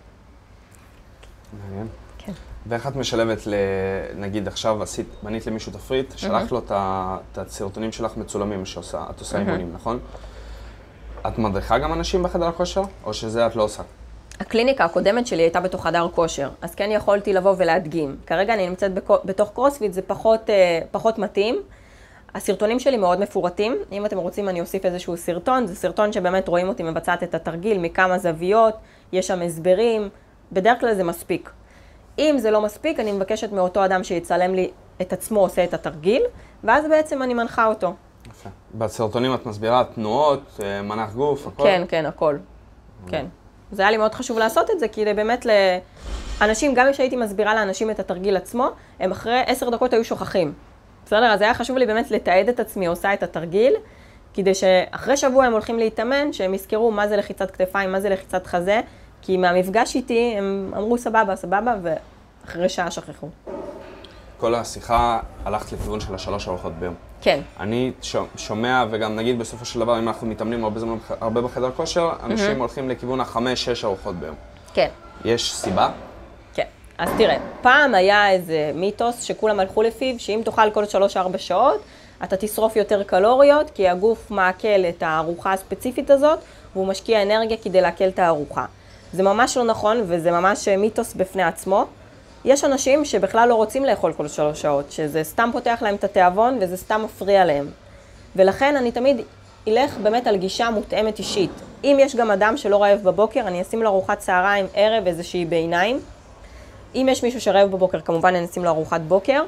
מעניין. כן. ואיך את משלבת, נגיד עכשיו עשית, בנית למישהו תפריט, שלחת לו את הסרטונים שלך מצולמים שעושה, את עושה אימונים, נכון? את מדריכה גם אנשים בחדר כושר, או שזה את לא עושה? הקליניקה הקודמת שלי הייתה בתוך חדר כושר, אז כן יכולתי לבוא ולהדגים. כרגע אני נמצאת בתוך קרוספיט, זה פחות, פחות מתאים. הסרטונים שלי מאוד מפורטים. אם אתם רוצים, אני אוסיף איזשהו סרטון. זה סרטון שבאמת רואים אותי מבצעת את התרגיל מכמה זוויות, יש שם הסברים. בדרך כלל זה מספיק. אם זה לא מספיק, אני מבקשת מאותו אדם שיצלם לי את עצמו עושה את התרגיל, ואז בעצם אני מנחה אותו. יפה. בסרטונים את מסבירה תנועות, מנח גוף, הכל? כן, כן, הכל. כן. זה היה לי מאוד חשוב לעשות את זה, כי באמת לאנשים, גם כשהייתי מסבירה לאנשים את התרגיל עצמו, הם אחרי עשר דקות היו שוכחים. בסדר? אז היה חשוב לי באמת לתעד את עצמי, עושה את התרגיל, כדי שאחרי שבוע הם הולכים להתאמן, שהם יזכרו מה זה לחיצת כתפיים, מה זה לחיצת חזה, כי מהמפגש איתי הם אמרו סבבה, סבבה, ואחרי שעה שכחו. כל השיחה הלכת לכיוון של השלוש ארוחות ביום. כן. אני שומע, וגם נגיד בסופו של דבר, אם אנחנו מתאמנים הרבה זמן, הרבה בחדר כושר, אנשים mm-hmm. הולכים לכיוון החמש, שש ארוחות ביום. כן. יש סיבה? כן. אז תראה, פעם היה איזה מיתוס שכולם הלכו לפיו, שאם תאכל כל שלוש ארבע שעות, אתה תשרוף יותר קלוריות, כי הגוף מעכל את הארוחה הספציפית הזאת, והוא משקיע אנרגיה כדי להקל את הארוחה. זה ממש לא נכון, וזה ממש מיתוס בפני עצמו. יש אנשים שבכלל לא רוצים לאכול כל שלוש שעות, שזה סתם פותח להם את התיאבון וזה סתם מפריע להם. ולכן אני תמיד אלך באמת על גישה מותאמת אישית. אם יש גם אדם שלא רעב בבוקר, אני אשים לו ארוחת צהריים, ערב, איזושהי ביניים. אם יש מישהו שרעב בבוקר, כמובן אני אשים לו ארוחת בוקר.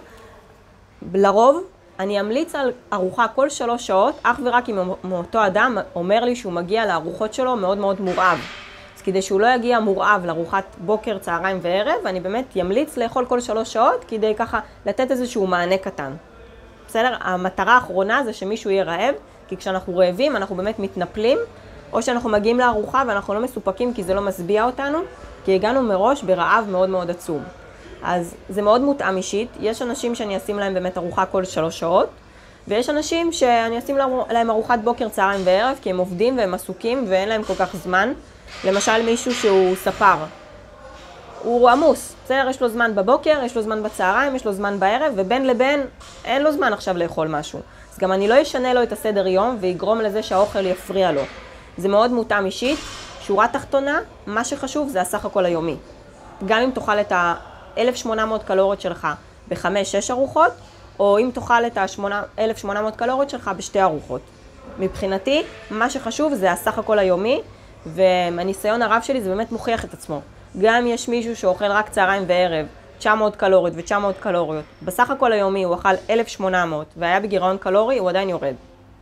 לרוב, אני אמליץ על ארוחה כל שלוש שעות, אך ורק אם אותו אדם אומר לי שהוא מגיע לארוחות שלו מאוד מאוד מורעב. אז כדי שהוא לא יגיע מורעב לארוחת בוקר, צהריים וערב, אני באמת ימליץ לאכול כל שלוש שעות, כדי ככה לתת איזשהו מענה קטן. בסדר? המטרה האחרונה זה שמישהו יהיה רעב, כי כשאנחנו רעבים אנחנו באמת מתנפלים, או שאנחנו מגיעים לארוחה ואנחנו לא מסופקים כי זה לא משביע אותנו, כי הגענו מראש ברעב מאוד מאוד עצום. אז זה מאוד מותאם אישית, יש אנשים שאני אשים להם באמת ארוחה כל שלוש שעות, ויש אנשים שאני אשים להם ארוחת בוקר, צהריים וערב, כי הם עובדים והם עסוקים ואין להם כל כך זמן. למשל מישהו שהוא ספר, הוא עמוס, בסדר, יש לו זמן בבוקר, יש לו זמן בצהריים, יש לו זמן בערב, ובין לבין אין לו זמן עכשיו לאכול משהו. אז גם אני לא אשנה לו את הסדר יום ויגרום לזה שהאוכל יפריע לו. זה מאוד מותאם אישית. שורה תחתונה, מה שחשוב זה הסך הכל היומי. גם אם תאכל את ה-אלף ושמונה מאות קלוריות שלך בחמש שש ארוחות, או אם תאכל את ה-אלף ושמונה מאות קלוריות שלך בשתי ארוחות. מבחינתי, מה שחשוב זה הסך הכל היומי, והניסיון הרב שלי זה באמת מוכיח את עצמו. גם אם יש מישהו שאוכל רק צהריים וערב, תשע מאות קלוריות ו-תשע מאות קלוריות, בסך הכל היומי הוא אכל אלף ושמונה מאות והיה בגירעון קלורי, הוא עדיין יורד.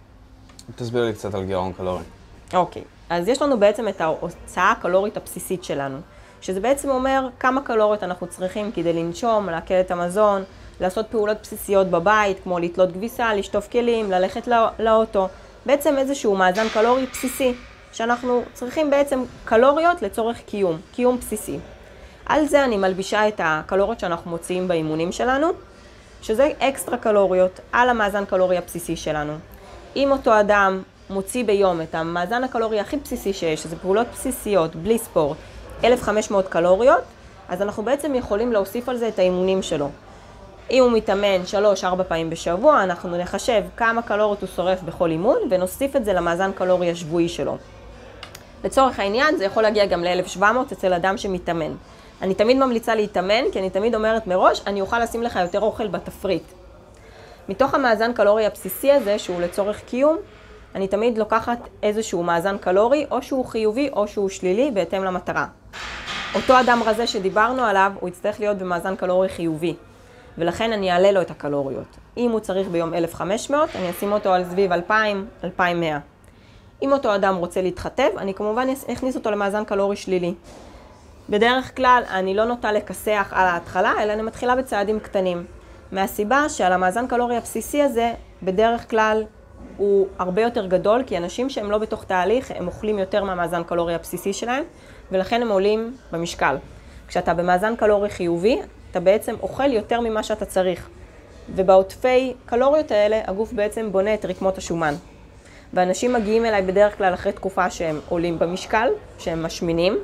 תסביר לי קצת על גירעון קלורי. אוקיי, אז יש לנו בעצם את ההוצאה הקלורית הבסיסית שלנו, שזה בעצם אומר כמה קלוריות אנחנו צריכים כדי לנשום, לעכל את המזון, לעשות פעולות בסיסיות בבית, כמו לתלות כביסה, לשטוף כלים, ללכת לא, לאוטו. בעצם איזשהו מאזן קלורי בסיסי, שאנחנו צריכים בעצם קלוריות לצורך קיום, קיום בסיסי. על זה אני מלבישה את הקלוריות שאנחנו מוציאים באימונים שלנו, שזה אקסטרה קלוריות על המאזן קלורי הבסיסי שלנו. אם אותו אדם מוציא ביום את המאזן הקלורי הכי בסיסי שיש, שזה פעולות בסיסיות, בלי ספורט, אלף וחמש מאות קלוריות, אז אנחנו בעצם יכולים להוסיף על זה את האימונים שלו. אם הוא מתאמן שלוש ארבע פעמים בשבוע, אנחנו נחשב כמה קלוריות הוא שורף בכל אימון, ונוסיף את זה למאזן קלורי השבועי שלו. לצורך העניין, זה יכול להגיע גם ל-אלף ושבע מאות אצל אדם שמתאמן. אני תמיד ממליצה להתאמן, כי אני תמיד אומרת מראש, אני אוכל לשים לך יותר אוכל בתפריט. מתוך המאזן קלורי הבסיסי הזה, שהוא לצורך קיום, אני תמיד לוקחת איזשהו מאזן קלורי, או שהוא חיובי או שהוא שלילי, בהתאם למטרה. אותו אדם רזה שדיברנו עליו, הוא יצטרך להיות במאזן קלורי חיובי, ולכן אני אעלה לו את הקלוריות. אם הוא צריך ביום אלף וחמש מאות, אני אשים אותו על סביב אלפיים אלפיים ומאה. אם אותו אדם רוצה להתחתב, אני כמובן אכניס אותו למאזן קלורי שלילי. בדרך כלל אני לא נוטה לכסח על ההתחלה, אלא אני מתחילה בצעדים קטנים. מהסיבה שעל המאזן קלורי הבסיסי הזה, בדרך כלל הוא הרבה יותר גדול, כי אנשים שהם לא בתוך תהליך, הם אוכלים יותר מהמאזן קלורי הבסיסי שלהם, ולכן הם עולים במשקל. כשאתה במאזן קלורי חיובי, אתה בעצם אוכל יותר ממה שאתה צריך. ובעוטפי קלוריות האלה, הגוף בעצם בונה את רקמות השומן. ואנשים מגיעים אליי בדרך כלל אחרי תקופה שהם עולים במשקל, שהם משמינים,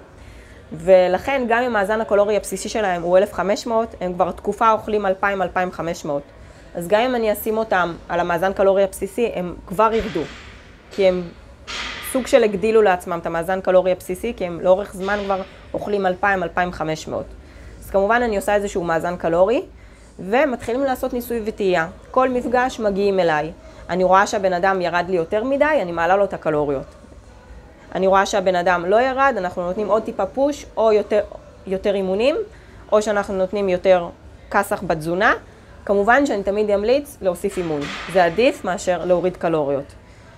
ולכן גם אם המאזן הקלורי הבסיסי שלהם הוא אלף וחמש מאות, הם כבר תקופה אוכלים אלפיים אלפיים וחמש מאות. אז גם אם אני אשים אותם על המאזן קלורי הבסיסי, הם כבר ירדו. כי הם סוג של הגדילו לעצמם את המאזן קלורי הבסיסי, כי הם לאורך זמן כבר אוכלים אלפיים אלפיים וחמש מאות. אז כמובן אני עושה איזשהו מאזן קלורי, ומתחילים לעשות ניסוי וטעייה. כל מפגש מגיעים אליי. אני רואה שהבן אדם ירד לי יותר מדי, אני מעלה לו את הקלוריות. אני רואה שהבן אדם לא ירד, אנחנו נותנים עוד טיפה פוש, או יותר, יותר אימונים, או שאנחנו נותנים יותר כסח בתזונה. כמובן שאני תמיד אמליץ להוסיף אימון. זה עדיף מאשר להוריד קלוריות.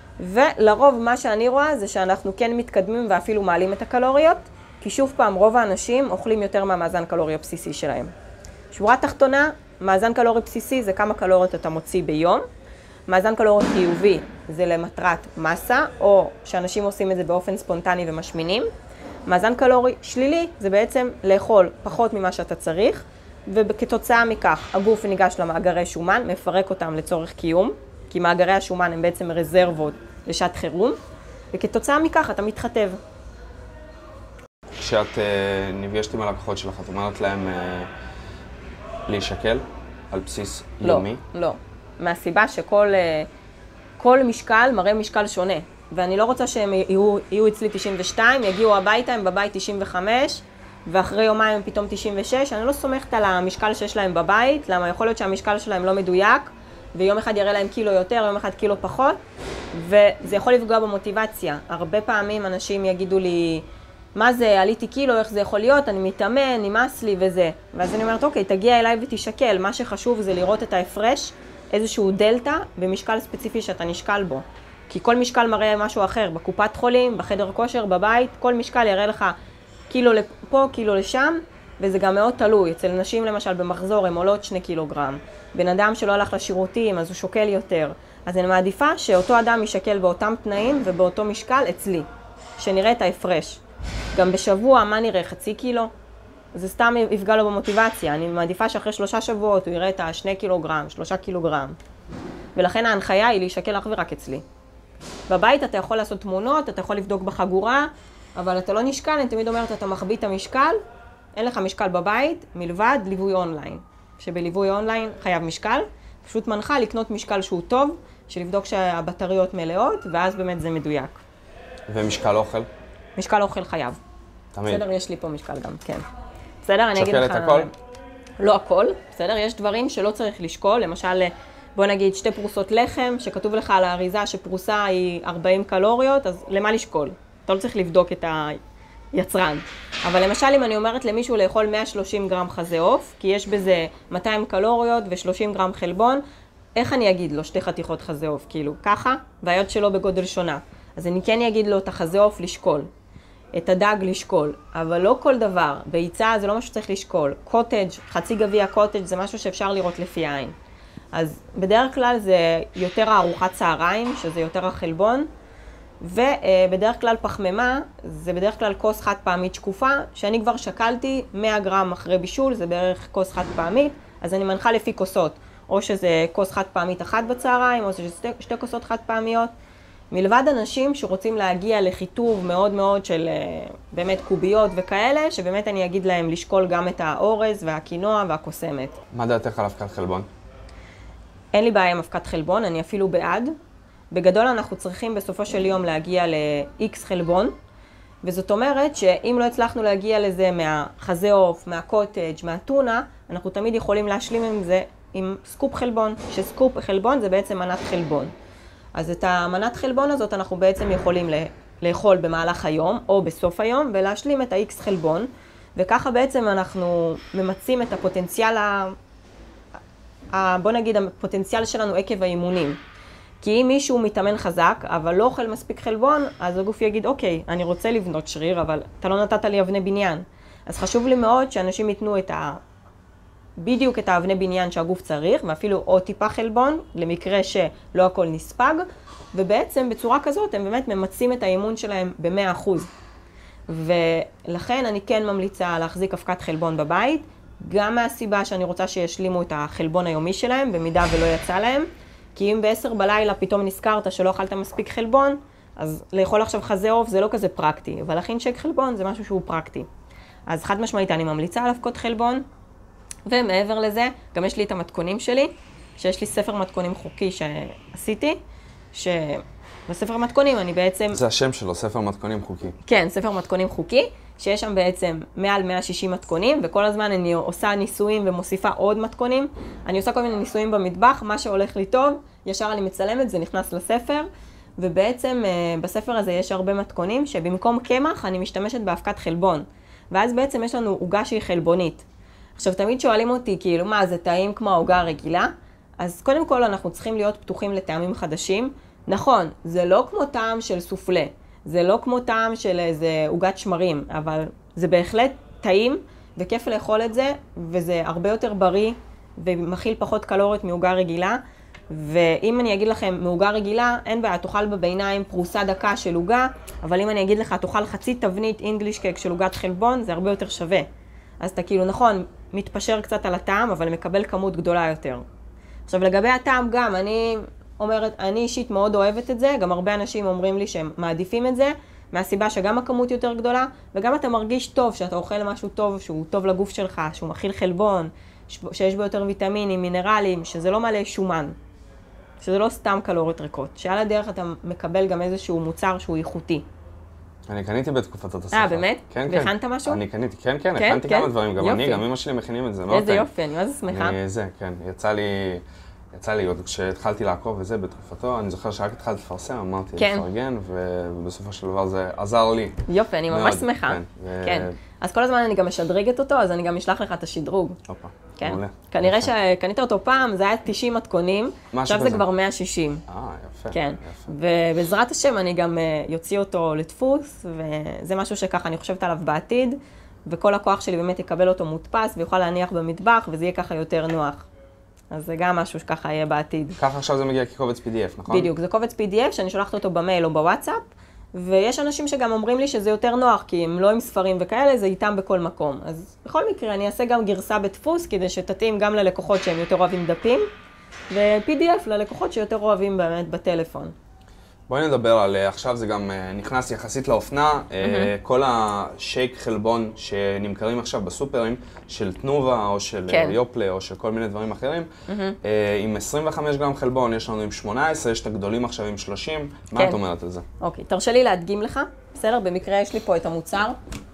ולרוב מה שאני רואה זה שאנחנו כן מתקדמים ואפילו מעלים את הקלוריות, כי שוב פעם רוב האנשים אוכלים יותר מהמאזן קלורי הבסיסי שלהם. שורה תחתונה, מאזן קלורי בסיסי זה כמה קלוריות אתה מוציא ביום. מאזן קלורי חיובי זה למטרת מסה, או שאנשים עושים את זה באופן ספונטני ומשמינים. מאזן קלורי שלילי זה בעצם לאכול פחות ממה שאתה צריך, וכתוצאה מכך הגוף ניגש למאגרי שומן, מפרק אותם לצורך קיום, כי מאגרי השומן הם בעצם רזרבות לשעת חירום, וכתוצאה מכך אתה מתחתב. כשאת uh, נפגשת עם הלקוחות שלך, את אומרת להם uh, להישקל על בסיס לא, יומי? לא, מהסיבה שכל uh, כל משקל מראה משקל שונה, ואני לא רוצה שהם יהיו, יהיו אצלי תשעים ושתיים, יגיעו הביתה, הם בבית תשעים וחמש, ואחרי יומיים הם פתאום תשעים ושש, אני לא סומכת על המשקל שיש להם בבית, למה יכול להיות שהמשקל שלהם לא מדויק, ויום אחד יראה להם קילו יותר, יום אחד קילו פחות, וזה יכול לפגוע במוטיבציה. הרבה פעמים אנשים יגידו לי, מה זה, עליתי קילו, איך זה יכול להיות, אני מתאמן, נמאס לי וזה. ואז אני אומרת, אוקיי, תגיע אליי ותשקל, מה שחשוב זה לראות את ההפרש, איזשהו דלטה במשקל ספציפי שאתה נשקל בו. כי כל משקל מראה משהו אחר, בקופת חולים, בחדר כושר, בבית, כל משקל יראה לך קילו לפה, קילו לשם, וזה גם מאוד תלוי. אצל נשים למשל במחזור הם עולות שני קילוגרם. בן אדם שלא הלך לשירותים אז הוא שוקל יותר. אז אני מעדיפה שאותו אדם יישקל באותם תנאים ובאותו משקל אצלי, שנראה את ההפרש. גם בשבוע, מה נראה? חצי קילו? זה סתם יפגע לו במוטיבציה. אני מעדיפה שאחרי שלושה שבועות הוא יראה את השני קילוגרם, שלושה קילוגרם. ולכן ההנחיה היא להישקל אך ורק אצלי. בבית אתה יכול לעשות תמונות, אתה יכול לבדוק בחגורה, אבל אתה לא נשקל, אני תמיד אומרת, אתה מחביא את המשקל, אין לך משקל בבית, מלבד ליווי אונליין. שבליווי אונליין חייב משקל, פשוט מנחה לקנות משקל שהוא טוב, שלבדוק שהבטריות מלאות, ואז באמת זה מדויק. ומשקל אוכל? משקל אוכל חייב. תמיד. בסדר, יש לי פה משקל גם, כן. בסדר, אני אגיד לך... שוקלת הכל? לא הכל, בסדר? יש דברים שלא צריך לשקול, למשל, בוא נגיד שתי פרוסות לחם, שכתוב לך על האריזה שפרוסה היא ארבעים קלוריות, אז למה לשקול? אתה לא צריך לבדוק את היצרן. אבל למשל, אם אני אומרת למישהו לאכול מאה ושלושים גרם חזה עוף, כי יש בזה מאתיים קלוריות ו-שלושים גרם חלבון, איך אני אגיד לו שתי חתיכות חזה עוף? כאילו, ככה, והיד שלו בגודל שונה. אז אני כן אגיד לו את החזה עוף לשקול. את הדג לשקול, אבל לא כל דבר. ביצה זה לא משהו שצריך לשקול. קוטג', חצי גביע קוטג' זה משהו שאפשר לראות לפי העין. אז בדרך כלל זה יותר הארוחת צהריים, שזה יותר החלבון, ובדרך כלל פחמימה, זה בדרך כלל כוס חד פעמית שקופה, שאני כבר שקלתי מאה גרם אחרי בישול, זה בערך כוס חד פעמית, אז אני מנחה לפי כוסות, או שזה כוס חד פעמית אחת בצהריים, או שזה שתי, שתי כוסות חד פעמיות. מלבד אנשים שרוצים להגיע לחיטוב מאוד מאוד של באמת קוביות וכאלה, שבאמת אני אגיד להם לשקול גם את האורז והקינוע והקוסמת. מה דעתך על אבקת חלבון? אין לי בעיה עם אבקת חלבון, אני אפילו בעד. בגדול אנחנו צריכים בסופו של יום להגיע ל-X חלבון, וזאת אומרת שאם לא הצלחנו להגיע לזה מהחזה עוף, מהקוטג', מהטונה, אנחנו תמיד יכולים להשלים עם זה עם סקופ חלבון, שסקופ חלבון זה בעצם מנת חלבון. אז את המנת חלבון הזאת אנחנו בעצם יכולים לאכול במהלך היום או בסוף היום ולהשלים את ה-X חלבון, וככה בעצם אנחנו ממצים את הפוטנציאל, ה... ה... בוא נגיד הפוטנציאל שלנו עקב האימונים. כי אם מישהו מתאמן חזק אבל לא אוכל מספיק חלבון, אז הגוף יגיד אוקיי, אני רוצה לבנות שריר אבל אתה לא נתת לי אבני בניין. אז חשוב לי מאוד שאנשים ייתנו את ה... בדיוק את האבני בניין שהגוף צריך, ואפילו עוד טיפה חלבון, למקרה שלא הכל נספג, ובעצם בצורה כזאת הם באמת ממצים את האימון שלהם ב-מאה אחוז. ולכן אני כן ממליצה להחזיק אבקת חלבון בבית, גם מהסיבה שאני רוצה שישלימו את החלבון היומי שלהם, במידה ולא יצא להם, כי אם בעשר בלילה פתאום נזכרת שלא אכלת מספיק חלבון, אז לאכול עכשיו חזה עוף זה לא כזה פרקטי, אבל להכין שק חלבון זה משהו שהוא פרקטי. אז חד משמעית אני ממליצה על אבקות חלבון, ומעבר לזה, גם יש לי את המתכונים שלי, שיש לי ספר מתכונים חוקי שעשיתי, שבספר המתכונים אני בעצם... זה השם שלו, ספר מתכונים חוקי. כן, ספר מתכונים חוקי, שיש שם בעצם מעל מאה ושישים מתכונים, וכל הזמן אני עושה ניסויים ומוסיפה עוד מתכונים. אני עושה כל מיני ניסויים במטבח, מה שהולך לי טוב, ישר אני מצלמת, זה נכנס לספר, ובעצם בספר הזה יש הרבה מתכונים, שבמקום קמח אני משתמשת באבקת חלבון, ואז בעצם יש לנו עוגה שהיא חלבונית. עכשיו, תמיד שואלים אותי, כאילו, מה, זה טעים כמו העוגה הרגילה? אז קודם כל, אנחנו צריכים להיות פתוחים לטעמים חדשים. נכון, זה לא כמו טעם של סופלה, זה לא כמו טעם של איזה עוגת שמרים, אבל זה בהחלט טעים, וכיף לאכול את זה, וזה הרבה יותר בריא, ומכיל פחות קלוריות מעוגה רגילה. ואם אני אגיד לכם, מעוגה רגילה, אין בעיה, תאכל בביניים פרוסה דקה של עוגה, אבל אם אני אגיד לך, תאכל חצי תבנית אינגליש קק של עוגת חלבון, זה הרבה יותר שווה. אז אתה כאילו, נכון, מתפשר קצת על הטעם, אבל מקבל כמות גדולה יותר. עכשיו, לגבי הטעם גם, אני אומרת, אני אישית מאוד אוהבת את זה, גם הרבה אנשים אומרים לי שהם מעדיפים את זה, מהסיבה שגם הכמות יותר גדולה, וגם אתה מרגיש טוב שאתה אוכל משהו טוב, שהוא טוב לגוף שלך, שהוא מכיל חלבון, שיש בו יותר ויטמינים, מינרלים, שזה לא מלא שומן, שזה לא סתם קלוריות ריקות, שעל הדרך אתה מקבל גם איזשהו מוצר שהוא איכותי. אני קניתי בתקופתו את הספר. אה, באמת? כן, כן. והכנת משהו? אני קניתי, כן, כן, כן, הכנתי כן. כמה דברים, גם יופי. אני, גם אמא שלי מכינים את זה, מאוד איזה טעים. יופי, אני מה זה שמחה? אני, זה, כן, יצא לי, יצא לי עוד כשהתחלתי לעקוב וזה בתקופתו, אני זוכר שרק התחלתי לפרסם, אמרתי כן. לפרגן, ובסופו של דבר זה עזר לי. יופי, אני ממש מאוד, שמחה. כן, ו- כן. אז כל הזמן אני גם משדרגת אותו, אז אני גם אשלח לך את השדרוג. הופה, כן. מעולה. כנראה יפה. שקנית אותו פעם, זה היה תשעים מתכונים, עכשיו זה כזה. כבר מאה ושישים. אה, יפה, כן. יפה. ובעזרת השם אני גם יוציא אותו לדפוס, וזה משהו שככה אני חושבת עליו בעתיד, וכל הכוח שלי באמת יקבל אותו מודפס, ויוכל להניח במטבח, וזה יהיה ככה יותר נוח. אז זה גם משהו שככה יהיה בעתיד. ככה עכשיו זה מגיע כקובץ פי די אף, נכון? בדיוק, זה קובץ פי די אף שאני שולחת אותו במייל או בוואטסאפ, ויש אנשים שגם אומרים לי שזה יותר נוח, כי הם לא עם ספרים וכאלה, זה איתם בכל מקום. אז בכל מקרה, אני אעשה גם גרסה בדפוס, כדי שתתאים גם ללקוחות שהם יותר אוהבים דפים, ו-פי די אף ללקוחות שיותר אוהבים באמת בטלפון. בואי נדבר על, עכשיו זה גם נכנס יחסית לאופנה, mm-hmm. כל השייק חלבון שנמכרים עכשיו בסופרים, של תנובה או של כן. יופלה או של כל מיני דברים אחרים, mm-hmm. עם עשרים וחמש גרם חלבון, יש לנו עם שמונה עשרה, יש את הגדולים עכשיו עם שלושים, כן. מה את אומרת על זה? אוקיי, תרשה לי להדגים לך, בסדר? במקרה יש לי פה את המוצר.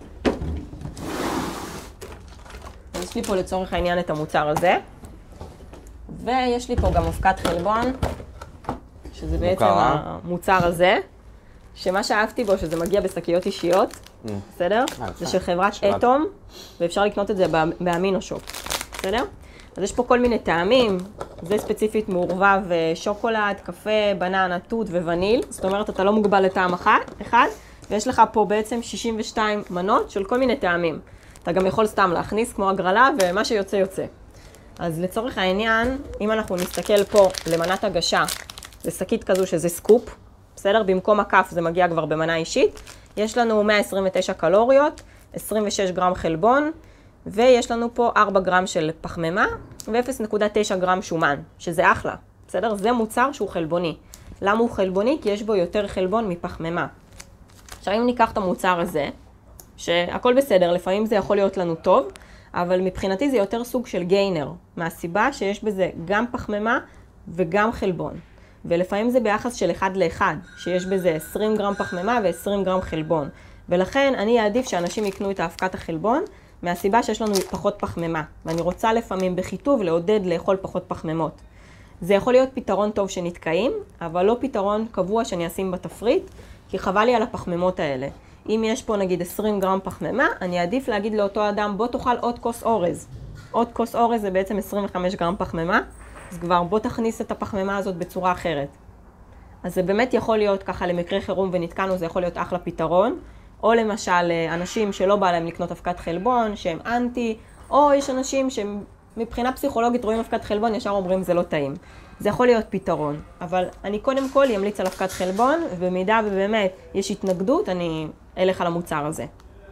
יש לי פה לצורך העניין את המוצר הזה, ויש לי פה גם אבקת חלבון. שזה בעצם המוצר הזה, שמה שאהבתי בו, שזה מגיע בשקיות אישיות, בסדר? זה של חברת אטום, ואפשר לקנות את זה באמינו שופ, בסדר? אז יש פה כל מיני טעמים, זה ספציפית מעורבב שוקולד, קפה, בננה, תות ווניל, זאת אומרת, אתה לא מוגבל לטעם אחד, ויש לך פה בעצם שישים ושתיים מנות של כל מיני טעמים. אתה גם יכול סתם להכניס כמו הגרלה, ומה שיוצא יוצא. אז לצורך העניין, אם אנחנו נסתכל פה למנת הגשה, זה שקית כזו שזה סקופ, בסדר? במקום הכף זה מגיע כבר במנה אישית. יש לנו מאה עשרים ותשע קלוריות, עשרים ושש גרם חלבון, ויש לנו פה ארבע גרם של פחמימה, ו-אפס נקודה תשע גרם שומן, שזה אחלה, בסדר? זה מוצר שהוא חלבוני. למה הוא חלבוני? כי יש בו יותר חלבון מפחמימה. עכשיו אם ניקח את המוצר הזה, שהכל בסדר, לפעמים זה יכול להיות לנו טוב, אבל מבחינתי זה יותר סוג של גיינר, מהסיבה שיש בזה גם פחמימה וגם חלבון. ולפעמים זה ביחס של אחד לאחד, שיש בזה עשרים גרם פחמימה ו-עשרים גרם חלבון. ולכן אני אעדיף שאנשים יקנו את האבקת החלבון, מהסיבה שיש לנו פחות פחמימה. ואני רוצה לפעמים בחיטוב לעודד לאכול פחות פחמימות. זה יכול להיות פתרון טוב שנתקעים, אבל לא פתרון קבוע שאני אשים בתפריט, כי חבל לי על הפחמימות האלה. אם יש פה נגיד עשרים גרם פחמימה, אני אעדיף להגיד לאותו אדם, בוא תאכל עוד כוס אורז. עוד כוס אורז זה בעצם עשרים וחמש גרם פחמימה, אז כבר בוא תכניס את הפחמימה הזאת בצורה אחרת. אז זה באמת יכול להיות ככה למקרה חירום ונתקענו, זה יכול להיות אחלה פתרון. או למשל אנשים שלא בא להם לקנות אבקת חלבון, שהם אנטי, או יש אנשים שמבחינה פסיכולוגית רואים אבקת חלבון, ישר אומרים זה לא טעים. זה יכול להיות פתרון, אבל אני קודם כל אמליץ על אבקת חלבון, ובמידה ובאמת יש התנגדות, אני אלך על המוצר הזה.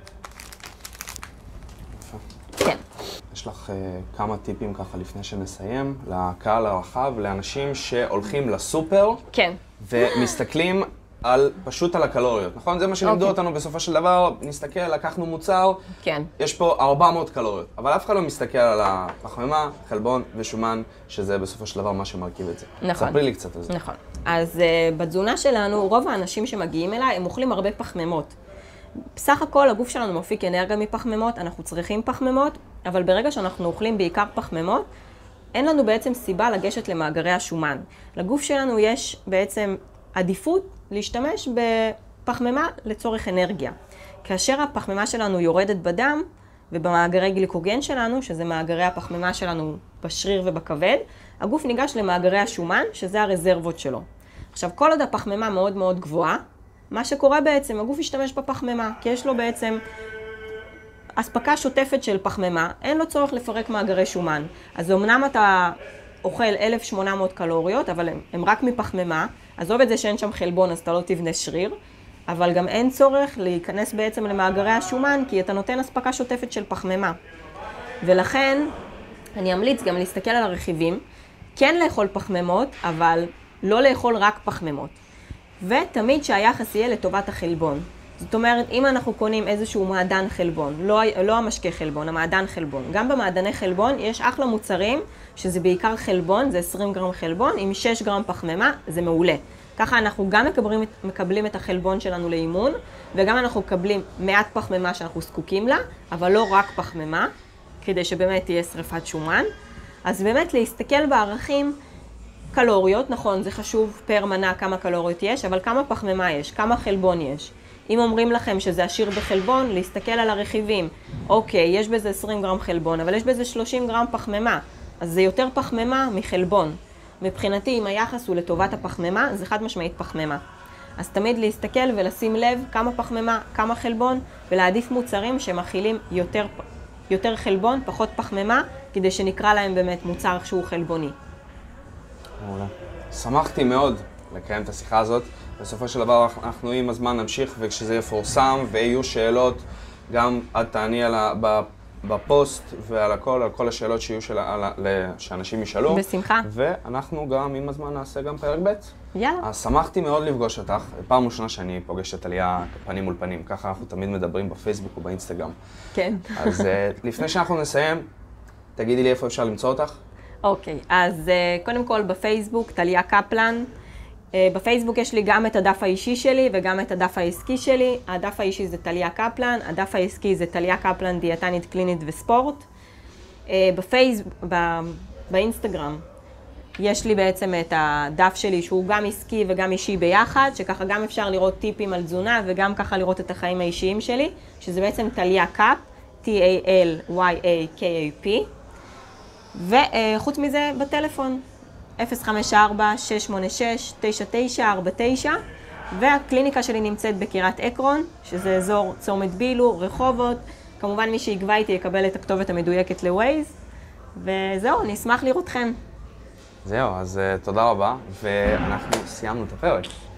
כן. יש לך uh, כמה טיפים ככה לפני שנסיים, לקהל הרחב, לאנשים שהולכים לסופר, כן. ומסתכלים על, פשוט על הקלוריות, נכון? זה מה שלימדו okay. אותנו בסופו של דבר, נסתכל, לקחנו מוצר, כן. יש פה ארבע מאות קלוריות, אבל אף אחד לא מסתכל על הפחמימה, חלבון ושומן, שזה בסופו של דבר מה שמרכיב את זה. נכון. ספרי לי קצת על זה. נכון. אז uh, בתזונה שלנו, רוב האנשים שמגיעים אליי, הם אוכלים הרבה פחמימות. בסך הכל, הגוף שלנו מפיק אנרגיה מפחמימות, אנחנו צריכים פחמימות, אבל ברגע שאנחנו אוכלים בעיקר פחמימות, אין לנו בעצם סיבה לגשת למאגרי השומן. לגוף שלנו יש בעצם עדיפות להשתמש בפחמימה לצורך אנרגיה. כאשר הפחמימה שלנו יורדת בדם ובמאגרי גליקוגן שלנו, שזה מאגרי הפחמימה שלנו בשריר ובכבד, הגוף ניגש למאגרי השומן, שזה הרזרבות שלו. עכשיו, כל עוד הפחמימה מאוד מאוד גבוהה, מה שקורה בעצם, הגוף ישתמש בפחמימה, כי יש לו בעצם אספקה שוטפת של פחמימה, אין לו צורך לפרק מאגרי שומן. אז אמנם אתה אוכל אלף ושמונה מאות קלוריות, אבל הם, הם רק מפחמימה, עזוב את זה שאין שם חלבון, אז אתה לא תבנה שריר, אבל גם אין צורך להיכנס בעצם למאגרי השומן, כי אתה נותן אספקה שוטפת של פחמימה. ולכן, אני אמליץ גם להסתכל על הרכיבים, כן לאכול פחמימות, אבל לא לאכול רק פחמימות. ותמיד שהיחס יהיה לטובת החלבון. זאת אומרת, אם אנחנו קונים איזשהו מעדן חלבון, לא, לא המשקה חלבון, המעדן חלבון, גם במעדני חלבון יש אחלה מוצרים, שזה בעיקר חלבון, זה עשרים גרם חלבון, עם שש גרם פחמימה, זה מעולה. ככה אנחנו גם מקבלים, מקבלים את החלבון שלנו לאימון, וגם אנחנו מקבלים מעט פחמימה שאנחנו זקוקים לה, אבל לא רק פחמימה, כדי שבאמת תהיה שריפת שומן. אז באמת להסתכל בערכים, קלוריות, נכון, זה חשוב פר מנה כמה קלוריות יש, אבל כמה פחמימה יש, כמה חלבון יש. אם אומרים לכם שזה עשיר בחלבון, להסתכל על הרכיבים. אוקיי, יש בזה עשרים גרם חלבון, אבל יש בזה שלושים גרם פחמימה. אז זה יותר פחמימה מחלבון. מבחינתי, אם היחס הוא לטובת הפחמימה, זה חד משמעית פחמימה. אז תמיד להסתכל ולשים לב כמה פחמימה, כמה חלבון, ולהעדיף מוצרים שמכילים יותר, יותר חלבון, פחות פחמימה, כדי שנקרא להם באמת מוצר שהוא חלבוני. מעולה. שמחתי מאוד לקיים את השיחה הזאת. בסופו של דבר אנחנו עם הזמן נמשיך, וכשזה יפורסם ויהיו שאלות, גם את תעני על ה... בפוסט ועל הכל, על כל השאלות שיהיו של... על... שאנשים ישאלו. בשמחה. ואנחנו גם עם הזמן נעשה גם פרק ב'. יאללה. אז שמחתי מאוד לפגוש אותך. פעם ראשונה שאני פוגש את עליה פנים מול פנים. ככה אנחנו תמיד מדברים בפייסבוק ובאינסטגרם. כן. אז לפני שאנחנו נסיים, תגידי לי איפה אפשר למצוא אותך. אוקיי, אז קודם כל בפייסבוק, טליה קפלן. בפייסבוק יש לי גם את הדף האישי שלי וגם את הדף העסקי שלי. הדף האישי זה טליה קפלן, הדף העסקי זה טליה קפלן, דיאטנית קלינית וספורט. בפייסבוק, באינסטגרם, יש לי בעצם את הדף שלי שהוא גם עסקי וגם אישי ביחד, שככה גם אפשר לראות טיפים על תזונה וגם ככה לראות את החיים האישיים שלי, שזה בעצם טליה קאפ, T A L Y A K A P. וחוץ מזה בטלפון, אפס חמש ארבע שש שמונה שש תשע תשע ארבע תשע, והקליניקה שלי נמצאת בקירת עקרון, שזה אזור צומת בילו, רחובות. כמובן מי שיגבה איתי יקבל את הכתובת המדויקת לווייז. וזהו, אני אשמח לראותכם. זהו, אז uh, תודה רבה, ואנחנו סיימנו את הפרק.